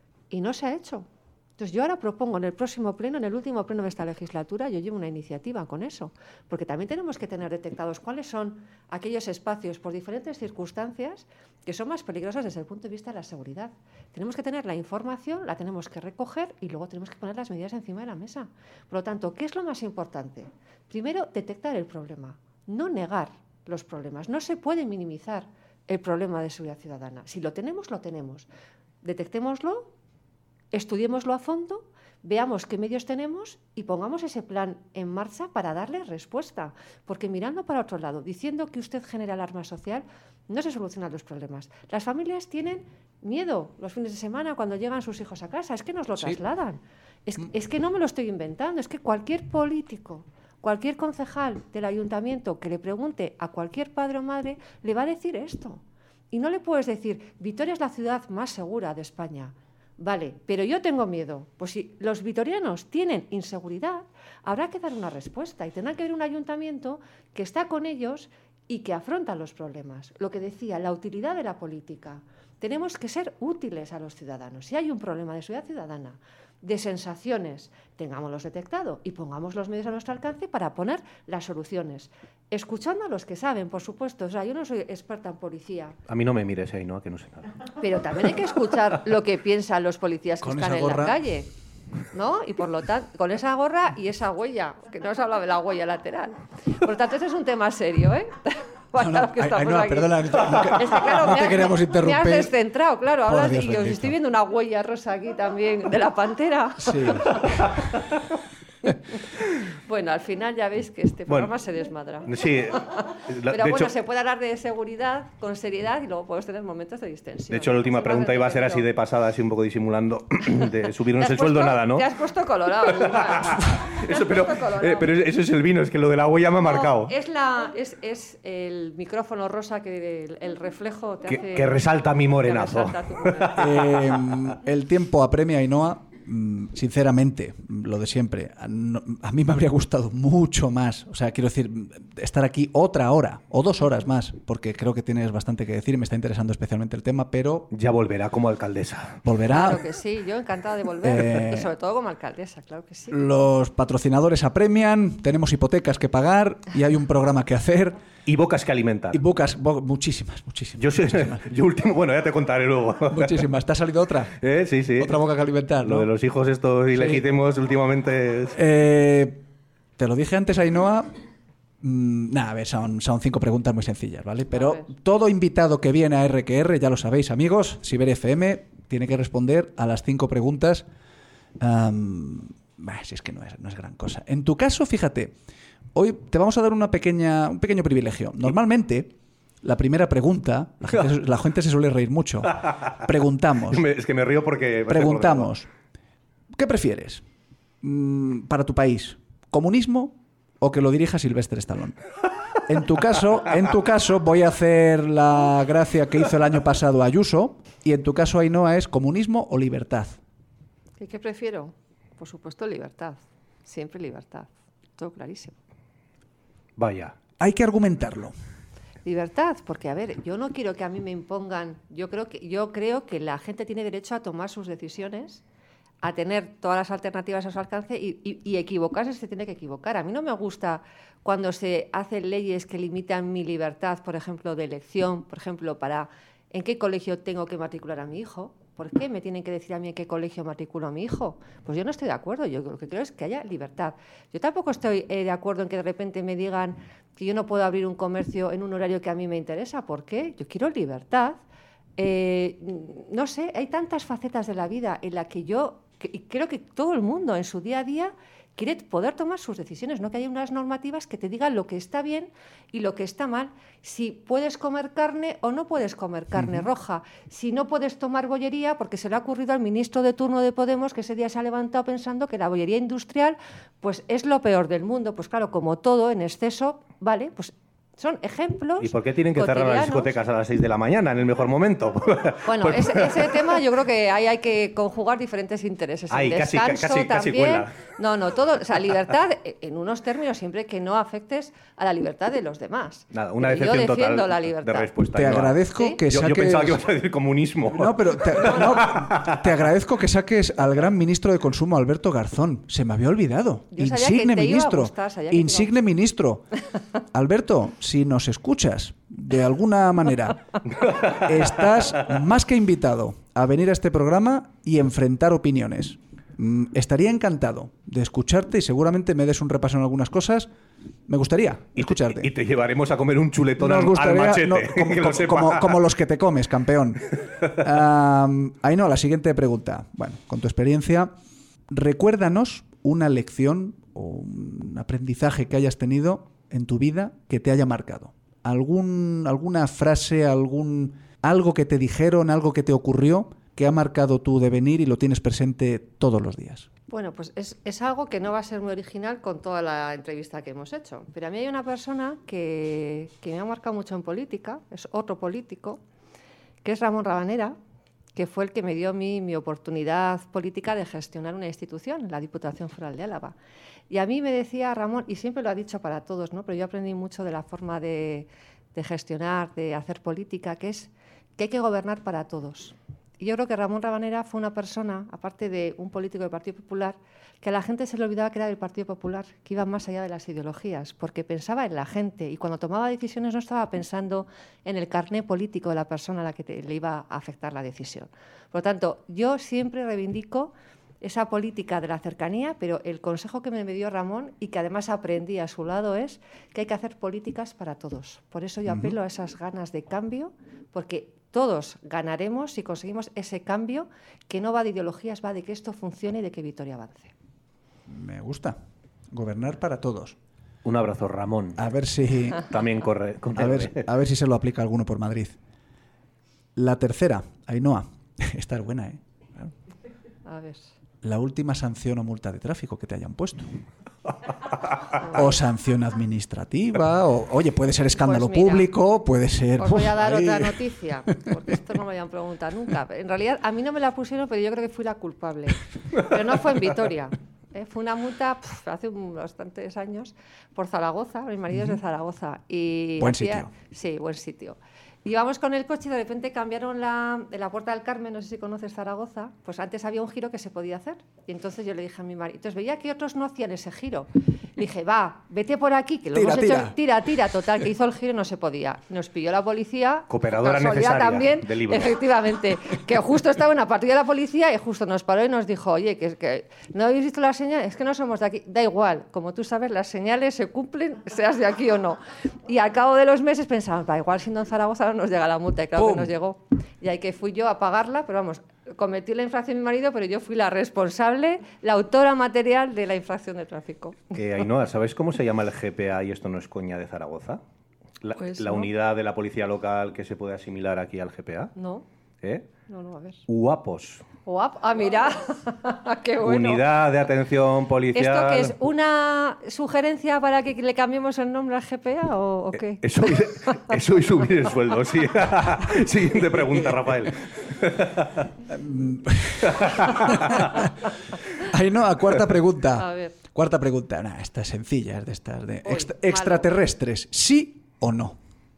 y no se ha hecho. Entonces yo ahora propongo en el próximo pleno, en el último pleno de esta legislatura, yo llevo una iniciativa con eso, porque también tenemos que tener detectados cuáles son aquellos espacios por diferentes circunstancias que son más peligrosos desde el punto de vista de la seguridad. Tenemos que tener la información, la tenemos que recoger y luego tenemos que poner las medidas encima de la mesa. Por lo tanto, ¿qué es lo más importante? Primero, detectar el problema, no negar los problemas. No se puede minimizar el problema de seguridad ciudadana. Si lo tenemos, lo tenemos. Detectémoslo, estudiémoslo a fondo, veamos qué medios tenemos y pongamos ese plan en marcha para darle respuesta. Porque mirando para otro lado, diciendo que usted genera alarma social, no se solucionan los problemas. Las familias tienen miedo los fines de semana cuando llegan sus hijos a casa. Es que nos lo trasladan. Es que no me lo estoy inventando. Es que cualquier político, cualquier concejal del ayuntamiento que le pregunte a cualquier padre o madre le va a decir esto. Y no le puedes decir, Vitoria es la ciudad más segura de España. Vale, pero yo tengo miedo. Pues si los vitorianos tienen inseguridad, habrá que dar una respuesta y tendrá que haber un ayuntamiento que está con ellos y que afronta los problemas. Lo que decía, la utilidad de la política. Tenemos que ser útiles a los ciudadanos. Si hay un problema de seguridad ciudadana, de sensaciones, tengámoslos detectado y pongamos los medios a nuestro alcance para poner las soluciones. Escuchando a los que saben, por supuesto. O sea, yo no soy experta en policía. A mí no me mires, ¿no? Que no sé nada. Pero también hay que escuchar lo que piensan los policías que están en la calle, ¿no? Y por lo tanto, con esa gorra y esa huella, que no os habla de la huella lateral. Por lo tanto, este es un tema serio, ¿eh? Perdona, no te queríamos interrumpir. Me has descentrado, claro. Hablas y os estoy viendo una huella rosa aquí también de la pantera. Sí. Bueno, al final ya veis que este programa se desmadra. Sí. Pero bueno, se puede hablar de seguridad con seriedad y luego puedes tener momentos de distensión. De hecho, la última pregunta iba a ser así de pasada, así un poco disimulando, de subirnos el sueldo, nada, ¿no? Te has puesto colorado. Pero eso es el vino, es que lo de la huella me ha marcado. Es el micrófono rosa que el reflejo te hace... Que resalta mi morenazo. El tiempo apremia, Ainhoa. Sinceramente, lo de siempre, a mí me habría gustado mucho más, o sea, quiero decir, estar aquí otra hora o 2 horas más, porque creo que tienes bastante que decir y me está interesando especialmente el tema, pero... Ya volverá como alcaldesa. ¿Volverá? Claro que sí, yo encantada de volver, y sobre todo como alcaldesa, claro que sí. Los patrocinadores apremian, tenemos hipotecas que pagar y hay un programa que hacer. Y bocas que alimentar. Y muchísimas. Yo último, bueno, ya te contaré luego. Muchísimas. ¿Te ha salido otra? Sí. Otra boca que alimentar, ¿no? Lo de los hijos estos ilegítimos últimamente es... Te lo dije antes, Ainhoa. Nada, a ver, son 5 preguntas muy sencillas, ¿vale? Pero todo invitado que viene a RQR, ya lo sabéis, amigos, Siberia FM, tiene que responder a las 5 preguntas. Si es que no es gran cosa. En tu caso, fíjate... Hoy te vamos a dar un pequeño privilegio. Normalmente, la primera pregunta, la gente se suele reír mucho. Preguntamos. Es que me río porque... Preguntamos, ¿qué prefieres para tu país? ¿Comunismo o que lo dirija Sylvester Stallone? En tu caso, voy a hacer la gracia que hizo el año pasado Ayuso, y en tu caso, Ainhoa, es ¿comunismo o libertad? ¿Qué prefiero? Por supuesto, libertad. Siempre libertad. Todo clarísimo. Vaya. Hay que argumentarlo. Libertad, porque a ver, yo no quiero que a mí me impongan. Yo creo que la gente tiene derecho a tomar sus decisiones, a tener todas las alternativas a su alcance y equivocarse se tiene que equivocar. A mí no me gusta cuando se hacen leyes que limitan mi libertad, por ejemplo, de elección, por ejemplo, para en qué colegio tengo que matricular a mi hijo. ¿Por qué me tienen que decir a mí en qué colegio matriculo a mi hijo? Pues yo no estoy de acuerdo. Yo lo que creo es que haya libertad. Yo tampoco estoy de acuerdo en que de repente me digan que yo no puedo abrir un comercio en un horario que a mí me interesa. ¿Por qué? Yo quiero libertad. No sé, hay tantas facetas de la vida en la que y creo que todo el mundo en su día a día quiere poder tomar sus decisiones, no que haya unas normativas que te digan lo que está bien y lo que está mal, si puedes comer carne o no puedes comer carne roja, si no puedes tomar bollería, porque se le ha ocurrido al ministro de turno de Podemos que ese día se ha levantado pensando que la bollería industrial pues es lo peor del mundo. Pues claro, como todo en exceso, vale, pues son ejemplos. ¿Y por qué tienen que cerrar las discotecas a las 6 de la mañana en el mejor momento? Bueno, Pues- ese tema yo creo que ahí hay que conjugar diferentes intereses. Ahí, El casi descanso casi también. cuela. No, todo, o sea, libertad en unos términos siempre que no afectes a la libertad de los demás. Nada, una Pero yo decepción defiendo total la de libertad. respuesta. Te Ainhoa. agradezco ¿Sí? que Yo saques... pensaba que ibas a decir comunismo. No, pero te agradezco que saques al gran ministro de Consumo, Alberto Garzón. Se me había olvidado. Yo sabía Insigne que te iba a ministro. gustar, sabía que te iba a Insigne ministro. Alberto, si nos escuchas de alguna manera, estás más que invitado a venir a este programa y enfrentar opiniones. Estaría encantado de escucharte y seguramente me des un repaso en algunas cosas. Me gustaría escucharte. Y te llevaremos a comer un chuletón Nos al gustaría, machete. no, que lo sepa. como los que te comes, campeón. Ahí no, la siguiente pregunta. Bueno, con tu experiencia, recuérdanos una lección o un aprendizaje que hayas tenido en tu vida que te haya marcado. Alguna frase, algo que te dijeron, algo que te ocurrió que ha marcado tu devenir y lo tienes presente todos los días. Bueno, pues es algo que no va a ser muy original con toda la entrevista que hemos hecho. Pero a mí hay una persona que me ha marcado mucho en política, es otro político, que es Ramón Rabanera, que fue el que me dio mi oportunidad política de gestionar una institución, la Diputación Foral de Álava. Y a mí me decía Ramón, y siempre lo ha dicho para todos, ¿no? Pero yo aprendí mucho de la forma de gestionar, de hacer política, que es que hay que gobernar para todos. Y yo creo que Ramón Rabanera fue una persona, aparte de un político del Partido Popular, que a la gente se le olvidaba que era del Partido Popular, que iba más allá de las ideologías, porque pensaba en la gente y cuando tomaba decisiones no estaba pensando en el carné político de la persona a la que le iba a afectar la decisión. Por lo tanto, yo siempre reivindico esa política de la cercanía, pero el consejo que me dio Ramón y que además aprendí a su lado es que hay que hacer políticas para todos. Por eso yo apelo a esas ganas de cambio, porque todos ganaremos si conseguimos ese cambio que no va de ideologías, va de que esto funcione y de que Vitoria avance. Me gusta. Gobernar para todos. Un abrazo, Ramón. A ver si... También corre. A ver si se lo aplica alguno por Madrid. La tercera, Ainhoa. Esta es buena, ¿eh? Claro. A ver. La última sanción o multa de tráfico que te hayan puesto. O sanción administrativa, o oye, puede ser escándalo Pues mira, público, puede ser... Os voy a dar ahí. otra noticia, porque esto no me habían preguntado nunca. En realidad, a mí no me la pusieron, pero yo creo que fui la culpable. Pero no fue en Vitoria. Fue una multa hace bastantes años por Zaragoza. Mi marido es de Zaragoza. Y Buen sitio. Sí, buen sitio. Íbamos con el coche y de repente cambiaron la Puerta del Carmen, no sé si conoces Zaragoza, pues antes había un giro que se podía hacer. Y entonces yo le dije a mi marido, entonces veía que otros no hacían ese giro. Le dije, va, vete por aquí, que lo hemos hecho. Tira, total, que hizo el giro y no se podía. Nos pilló la policía. Cooperadora casualidad necesaria también, del libro. efectivamente, que justo estaba una patrulla de la policía y justo nos paró y nos dijo, oye, que no habéis visto las señales, es que no somos de aquí. Da igual, como tú sabes, las señales se cumplen, seas de aquí o no. Y al cabo de los meses pensamos, va, igual siendo en Zaragoza no nos llega la multa. Y claro ¡Pum! que nos llegó. Y ahí que fui yo a pagarla, pero vamos, cometí la infracción mi marido, pero yo fui la responsable, la autora material de la infracción de tráfico. Ainhoa, ¿sabes cómo se llama el GPA y esto no es coña de Zaragoza? Pues la no. unidad de la policía local que se puede asimilar aquí al GPA. No, ¿Eh? no, a ver. UAPOS. Ah, mira, qué bueno. Unidad de Atención Policial. ¿Esto qué es? ¿Una sugerencia para que le cambiemos el nombre al GPA o qué? Eso y subir el sueldo, sí. Siguiente pregunta, Rafael. Ainhoa, cuarta pregunta. A ver. Cuarta pregunta. Nah, esta es sencilla, es de estas de Uy, extraterrestres, ¿sí o no?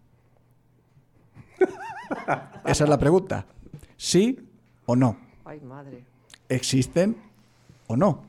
Esa es la pregunta. ¿Sí o no? Ay, madre. ¿Existen o no?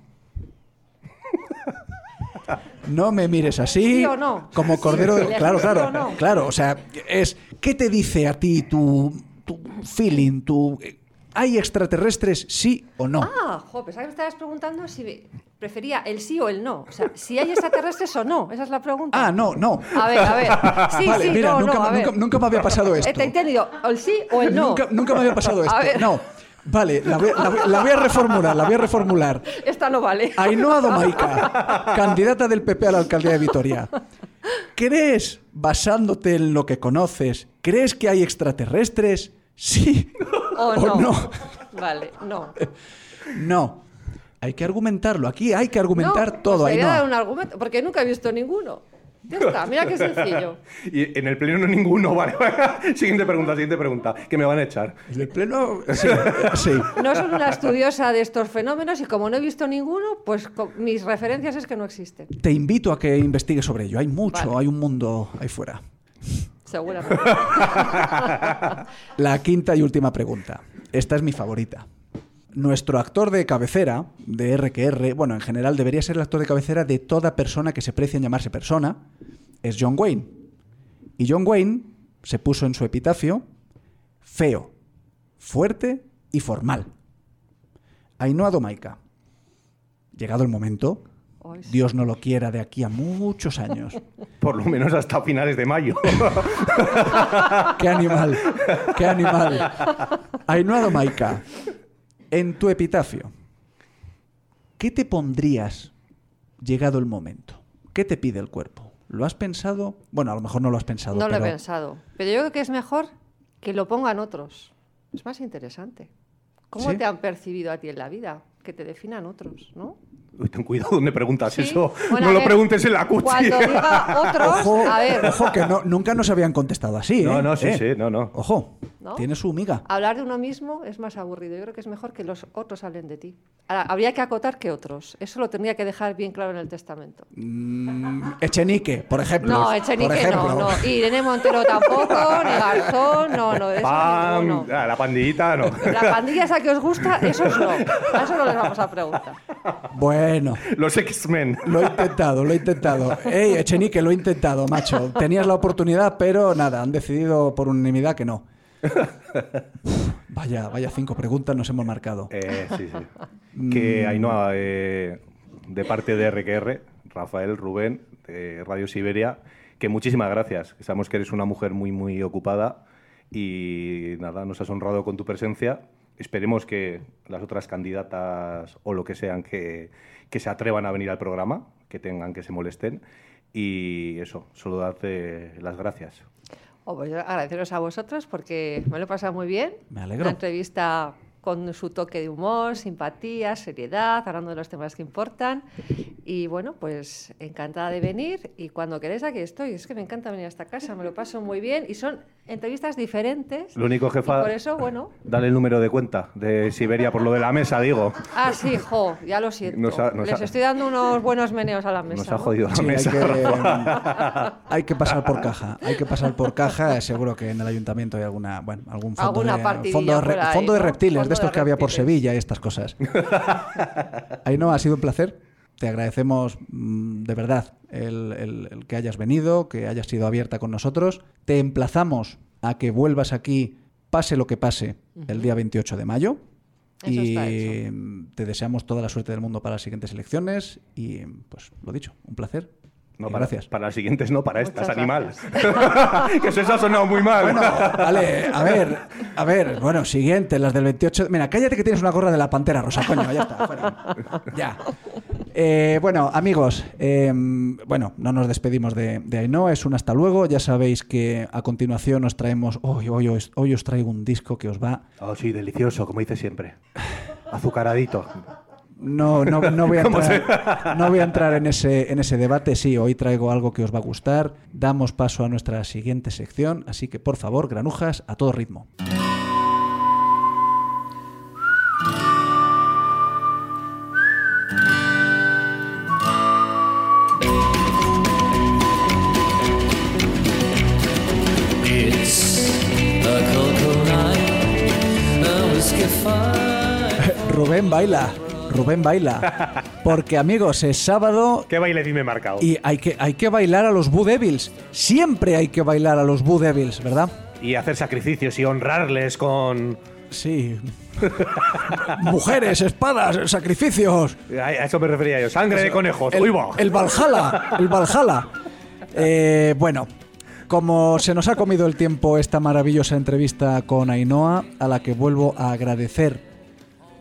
No me mires así. ¿Sí o no? Como cordero de... Sí, Claro, ¿sí o claro. no? Claro, o sea, es... ¿Qué te dice a ti tu feeling, ¿hay extraterrestres, sí o no? Pensaba que me estabas preguntando si prefería el sí o el no. O sea, si hay extraterrestres o no. Esa es la pregunta. No. A ver. Sí, Vale, sí, mira, no, a ver. nunca me había pasado esto. Te he entendido. ¿O el sí o el no? Nunca me había pasado A esto. ver. No. Vale, la voy a reformular. Esta no vale. Ainhoa Domaica, candidata del PP a la alcaldía de Vitoria. ¿Crees, basándote en lo que conoces, crees que hay extraterrestres? ¿Sí o no? Vale, no. No. Hay que argumentarlo. Aquí hay que argumentar no, todo. Pues Ainhoa. dar un argumento, porque nunca he visto ninguno. Ya está, mira qué sencillo. Y en el pleno no ninguno, vale. Siguiente pregunta. Que me van a echar. En el pleno, sí, sí. No soy una estudiosa de estos fenómenos y como no he visto ninguno, pues mis referencias es que no existen. Te invito a que investigues sobre ello. Hay mucho, Vale. hay un mundo ahí fuera. Seguramente. La quinta y última pregunta. Esta es mi favorita. Nuestro actor de cabecera, de RQR, bueno, en general debería ser el actor de cabecera de toda persona que se precie en llamarse persona, es John Wayne. Y John Wayne se puso en su epitafio feo, fuerte y formal. Ainhoa Domaica. Llegado el momento, Ay, sí. Dios no lo quiera de aquí a muchos años. Por lo menos hasta finales de mayo. ¡Qué animal! ¡Qué animal! Ainhoa Domaica, en tu epitafio, ¿qué te pondrías llegado el momento? ¿Qué te pide el cuerpo? ¿Lo has pensado? Bueno, a lo mejor no lo has pensado. No lo pero... he pensado. Pero yo creo que es mejor que lo pongan otros. Es más interesante. ¿Cómo ¿Sí? te han percibido a ti en la vida? Que te definan otros, ¿no? Uy, ten cuidado donde preguntas Sí. eso. Bueno, no a lo ver, preguntes en la cuchi. Cuando diga otros, Ojo, a ver, ojo, que nunca nos habían contestado así. No, sí, ¿eh? no. Ojo, ¿no? tiene su miga. Hablar de uno mismo es más aburrido. Yo creo que es mejor que los otros hablen de ti. Ahora, habría que acotar que otros. Eso lo tendría que dejar bien claro en el testamento. Echenique, por ejemplo. No, por Echenique ejemplo. no. Irene Montero tampoco, ni Garzón, no. Eso Pam, ninguno. la pandillita no. La pandilla esa que os gusta, esos no. A eso no les vamos a preguntar. Bueno, Los X-Men. lo he intentado. Ey, Echenique, lo he intentado, macho. Tenías la oportunidad, pero nada, han decidido por unanimidad que no. Vaya 5 preguntas nos hemos marcado. Sí. Que Ainhoa, de parte de RQR, Rafael, Rubén, de Radio Siberia, que muchísimas gracias. Sabemos que eres una mujer muy, muy ocupada y nada, nos has honrado con tu presencia. Esperemos que las otras candidatas o lo que sean que se atrevan a venir al programa, que tengan que se molesten. Y eso, solo darte las gracias. Pues agradeceros a vosotros porque me lo he pasado muy bien. Me alegro. Una entrevista con su toque de humor, simpatía, seriedad, hablando de los temas que importan. Y bueno, pues encantada de venir y cuando queréis aquí estoy. Es que me encanta venir a esta casa, me lo paso muy bien y son entrevistas diferentes. Lo único, jefa, Y por eso, bueno... dale el número de cuenta de Siberia por lo de la mesa, digo. Ah, sí, ya lo siento. Les estoy dando unos buenos meneos a la mesa. Nos ha ¿no? jodido la Sí, mesa. hay que pasar por caja. Seguro que en el ayuntamiento hay algún fondo Alguna de, partidilla por ahí, fondo de ¿no? reptiles, Fondo de estos de que había por reptiles. Sevilla y estas cosas. Ainhoa, ha sido un placer. Te agradecemos de verdad el que hayas venido, que hayas sido abierta con nosotros. Te emplazamos a que vuelvas aquí, pase lo que pase, el día 28 de mayo. Eso y está hecho. te deseamos toda la suerte del mundo para las siguientes elecciones. Y pues lo dicho, un placer. No, Y para, gracias. para las siguientes no, para Muchas estas, animal. gracias. Que eso ha sonado muy mal. Bueno, vale, a ver, bueno, siguiente, las del 28. Mira, cállate que tienes una gorra de la Pantera Rosa, coño, ya está, fuera. Ya. Bueno, amigos, bueno, no nos despedimos de Ainhoa, es un hasta luego. Ya sabéis que a continuación os traemos. Hoy os traigo un disco que os va. Oh, sí, delicioso, como dice siempre. Azucaradito. No voy a entrar en ese debate. Sí, hoy traigo algo que os va a gustar. Damos paso a nuestra siguiente sección, así que por favor, granujas, a todo ritmo. Rubén baila. Porque, amigos, es sábado ¿Qué baile me he marcado? y hay que bailar a los Blue Devils. Siempre hay que bailar a los Blue Devils, ¿verdad? Y hacer sacrificios y honrarles con... Sí. Mujeres, espadas, sacrificios. A eso me refería yo. Sangre de conejos. ¡Uy, va! El Valhalla. Bueno, como se nos ha comido el tiempo esta maravillosa entrevista con Ainhoa, a la que vuelvo a agradecer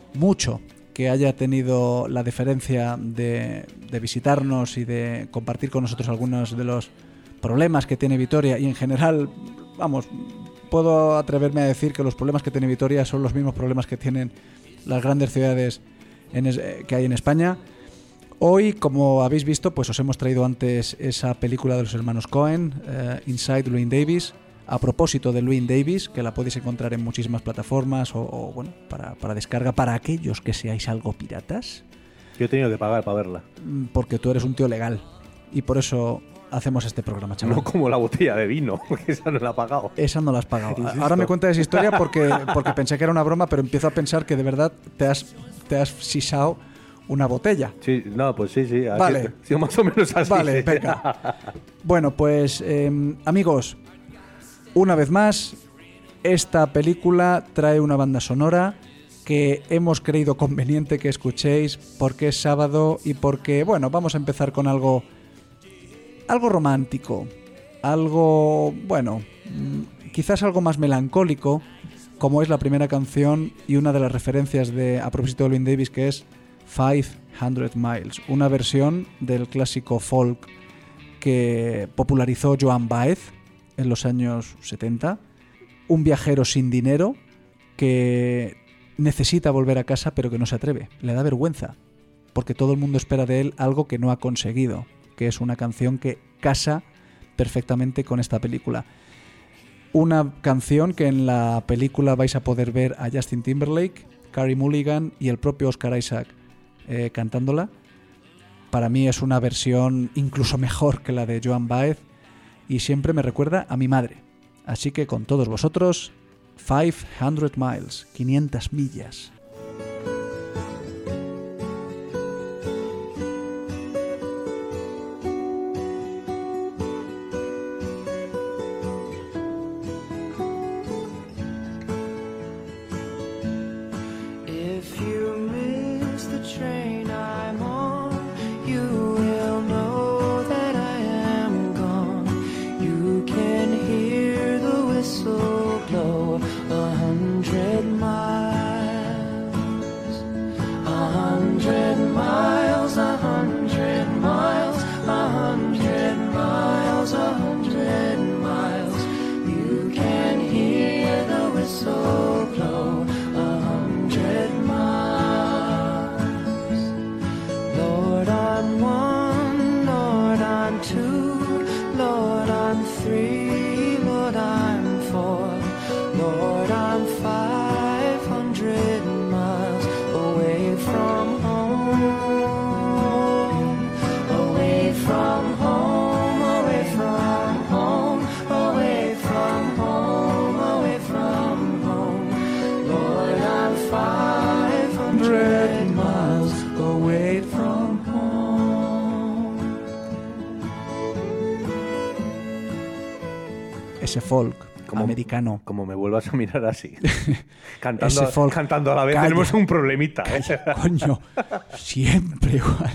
mucho que haya tenido la deferencia de visitarnos y de compartir con nosotros algunos de los problemas que tiene Vitoria, y en general, vamos, puedo atreverme a decir que los problemas que tiene Vitoria son los mismos problemas que tienen las grandes ciudades que hay en España. Hoy, como habéis visto, pues os hemos traído antes esa película de los hermanos Coen, Inside Llewyn Davis, a propósito de Llewyn Davis, que la podéis encontrar en muchísimas plataformas o bueno, para descarga para aquellos que seáis algo piratas. Yo he tenido que pagar para verla. Porque tú eres un tío legal y por eso hacemos este programa, chaval. No como la botella de vino, porque esa no la he pagado. Esa no la has pagado. Ahora me cuentas esa historia porque pensé que era una broma, pero empiezo a pensar que de verdad te has sisado una botella. Sí, no, pues sí. Vale. Sí, más o menos así. Vale, sí. venga. Bueno, pues amigos, una vez más, esta película trae una banda sonora que hemos creído conveniente que escuchéis porque es sábado y porque, bueno, vamos a empezar con algo romántico, algo, bueno, quizás algo más melancólico, como es la primera canción y una de las referencias a propósito de Llewyn Davis, que es 500 Miles, una versión del clásico folk que popularizó Joan Baez en los años 70, un viajero sin dinero que necesita volver a casa pero que no se atreve, le da vergüenza, porque todo el mundo espera de él algo que no ha conseguido, que es una canción que casa perfectamente con esta película. Una canción que en la película vais a poder ver a Justin Timberlake, Carey Mulligan y el propio Oscar Isaac cantándola. Para mí es una versión incluso mejor que la de Joan Baez y siempre me recuerda a mi madre. Así que con todos vosotros, 500 Miles, 500 millas. Ese folk americano. Como me vuelvas a mirar así. Ese folk, cantando a la vez. calla, tenemos un problemita. Coño, siempre igual.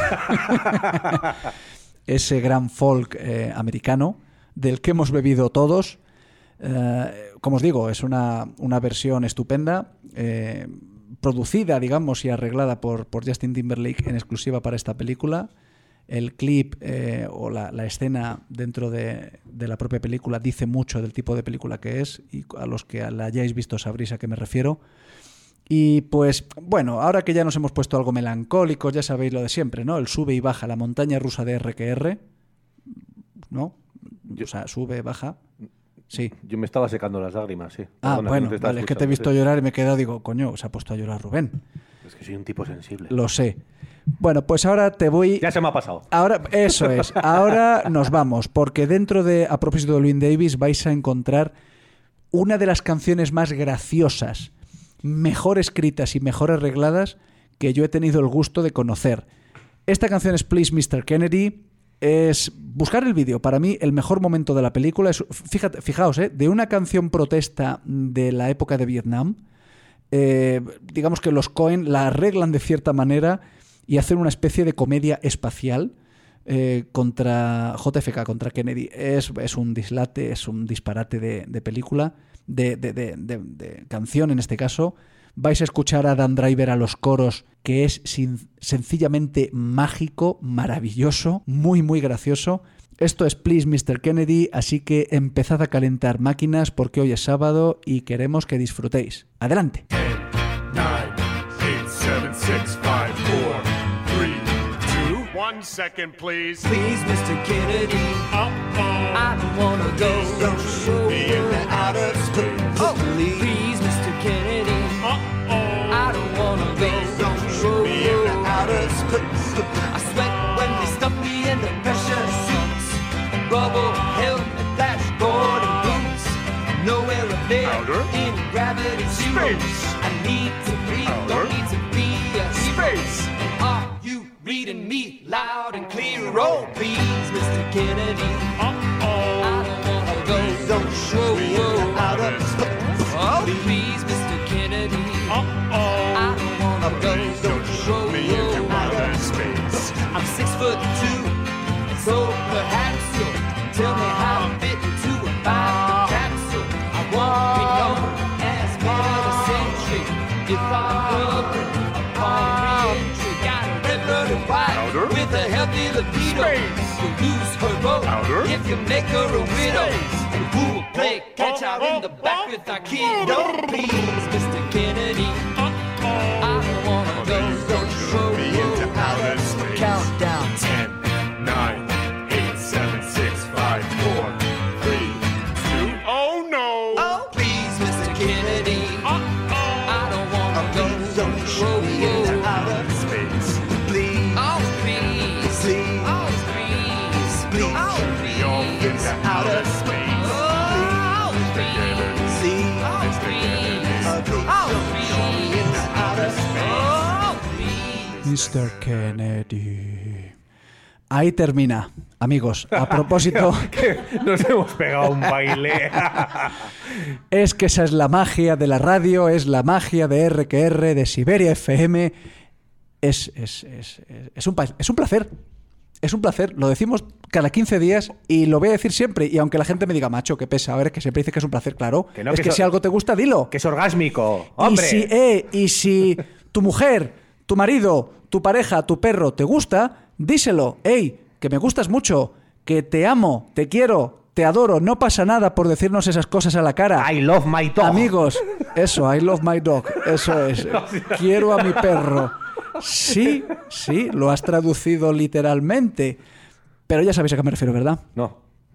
Ese gran folk americano del que hemos bebido todos. Como os digo, es una versión estupenda, producida, digamos, y arreglada por Justin Timberlake en exclusiva para esta película. El clip o la escena dentro de la propia película dice mucho del tipo de película que es, y a los que la hayáis visto sabréis a qué me refiero. Y pues, bueno, ahora que ya nos hemos puesto algo melancólicos, ya sabéis lo de siempre, ¿no? El sube y baja, la montaña rusa de RQR, ¿no? O sea, sube, baja. Sí. Yo me estaba secando las lágrimas, sí. Ah, Perdona, bueno, que no vale, es que te he visto llorar y me he quedado, digo, coño, se ha puesto a llorar Rubén. Es que soy un tipo sensible. Lo sé. Bueno, pues ahora te voy... Ya se me ha pasado. Ahora, eso es. Ahora nos vamos, porque dentro de A propósito de Llewyn Davis vais a encontrar una de las canciones más graciosas, mejor escritas y mejor arregladas que yo he tenido el gusto de conocer. Esta canción es Please Mr. Kennedy. Es buscar el vídeo. Para mí el mejor momento de la película es, fijaos, de una canción protesta de la época de Vietnam. Digamos que los Coen la arreglan de cierta manera y hacen una especie de comedia espacial contra JFK, contra Kennedy. Es un dislate, es un disparate de película, de canción en este caso, vais a escuchar a Dan Driver a los coros, que es sencillamente mágico, maravilloso, muy, muy gracioso. Esto es Please Mr. Kennedy, así que empezad a calentar máquinas porque hoy es sábado y queremos que disfrutéis. ¡Adelante! 10, 9, 8, 7, 6, 5, 4, 3, 2, 1 second, please. Please, Mr. Kennedy. I don't wanna go. Don't show me in the outer space. Oh, please, Mr. Kennedy. I don't wanna go. Don't show me in the outer space. I sweat when they stuff me in the pressure suits. Rubble, helmet, dashboard, and boots. Nowhere up there in gravity zero. I need to breathe, don't need to be a space. Are you reading me loud and clear? Oh, please, Mr. Kennedy. I don't wanna go. Don't show me out of space. Oh, please, Mr. Kennedy. I don't wanna go. Don't show me out of space. I'm 6'2", so perhaps you'll tell me how to fit into a 5 capsule. I won't be known as mid-century if I'm broken upon re-entry. Got a red-blooded wife with a healthy libido. You'll lose her vote if you make her a widow. And who will play catch out in the back with our kid? Don't please, Mr. Kennedy. I don't wanna go. Don't show me out of space. Countdown. 10, 9, 8, 7, 6, 5, 4, 3, 2. Oh no! Oh, please, Mr. Kennedy. I don't wanna go. Don't show me out of space. Please. Oh, please. Please. Oh, please. Please. Oh, please. Out of space. Oh, please. Please. Oh, please. Oh, please. Out of space. Oh, please. Mr. Kennedy. Ahí termina. Amigos, a propósito... Que nos hemos pegado un baile. Es que esa es la magia de la radio, es la magia de RQR, de Siberia FM. Es un placer. Es un placer. Lo decimos cada 15 días y lo voy a decir siempre. Y aunque la gente me diga, macho, qué pesa, a ver, que siempre dice que es un placer, claro. Que no, es que si algo te gusta, dilo. Que es orgásmico, hombre. Y si tu mujer, tu marido, tu pareja, tu perro te gusta, díselo. Ey, que me gustas mucho, que te amo, te quiero, te adoro. No pasa nada por decirnos esas cosas a la cara. I love my dog. Amigos, eso, I love my dog. Eso es. Quiero a mi perro. Sí, lo has traducido literalmente. Pero ya sabéis a qué me refiero, ¿verdad? No.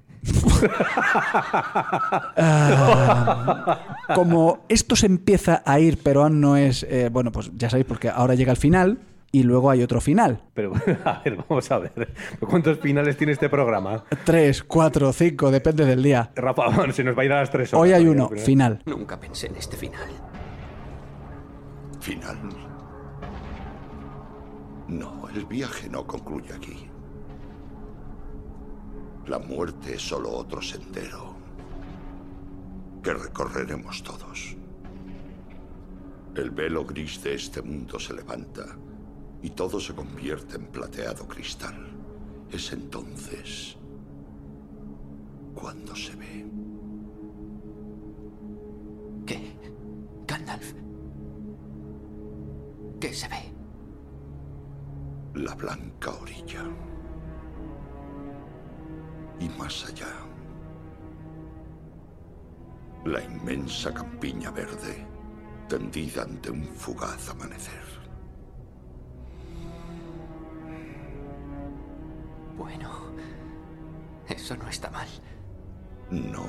Como esto se empieza a ir, pero aún no es... bueno, pues ya sabéis, porque ahora llega el final y luego hay otro final. Pero, a ver, vamos a ver. ¿Cuántos finales tiene este programa? 3, 4, 5, depende del día. Rafa, se nos va a ir a las 3 horas. Hoy hay uno, final. Nunca pensé en este final. ¿Final? No, el viaje no concluye aquí. La muerte es solo otro sendero que recorreremos todos. El velo gris de este mundo se levanta y todo se convierte en plateado cristal. Es entonces cuando se ve. ¿Qué? Gandalf. ¿Qué se ve? La blanca orilla. Y más allá, la inmensa campiña verde tendida ante un fugaz amanecer. Bueno, eso no está mal. No.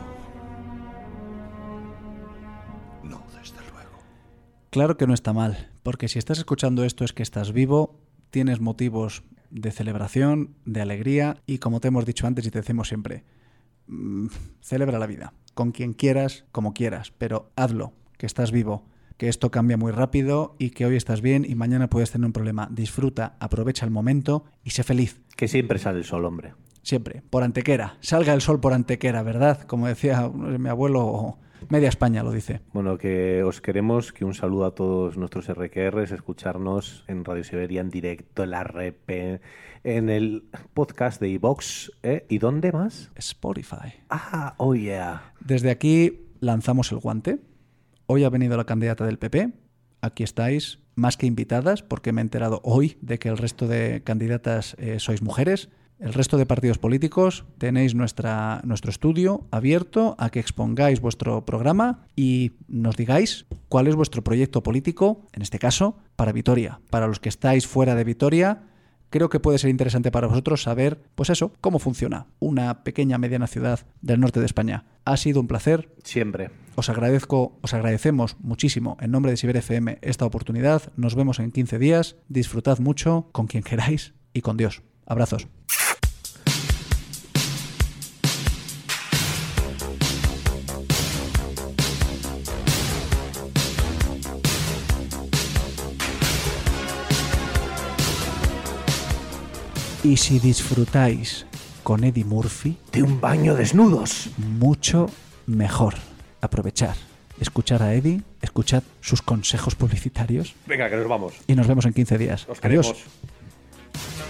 No, desde luego. Claro que no está mal, porque si estás escuchando esto es que estás vivo, tienes motivos de celebración, de alegría y como te hemos dicho antes y te decimos siempre, celebra la vida, con quien quieras, como quieras, pero hazlo, que estás vivo, que esto cambia muy rápido y que hoy estás bien y mañana puedes tener un problema. Disfruta, aprovecha el momento y sé feliz. Que siempre sale el sol, hombre. Siempre, por Antequera. Salga el sol por Antequera, ¿verdad? Como decía mi abuelo, media España lo dice. Bueno, que os queremos, que un saludo a todos nuestros RQRs, escucharnos en Radio Siberia en directo, en la RP, en el podcast de iVox, ¿y dónde más? Spotify. Ah, oh yeah. Desde aquí lanzamos el guante. Hoy ha venido la candidata del PP aquí estáis más que invitadas, porque me he enterado hoy de que el resto de candidatas sois mujeres. El resto de partidos políticos tenéis nuestro estudio abierto a que expongáis vuestro programa y nos digáis cuál es vuestro proyecto político, en este caso, para Vitoria. Para los que estáis fuera de Vitoria, creo que puede ser interesante para vosotros saber, pues eso, cómo funciona una pequeña mediana ciudad del norte de España. Ha sido un placer. Siempre. Os agradecemos muchísimo en nombre de Siber FM esta oportunidad. Nos vemos en 15 días. Disfrutad mucho con quien queráis y con Dios. Abrazos. Y si disfrutáis con Eddie Murphy de un baño desnudos, mucho mejor. Aprovechar, escuchar a Eddie, escuchad sus consejos publicitarios. Venga, que nos vamos. Y nos vemos en 15 días. Os Adiós. queremos.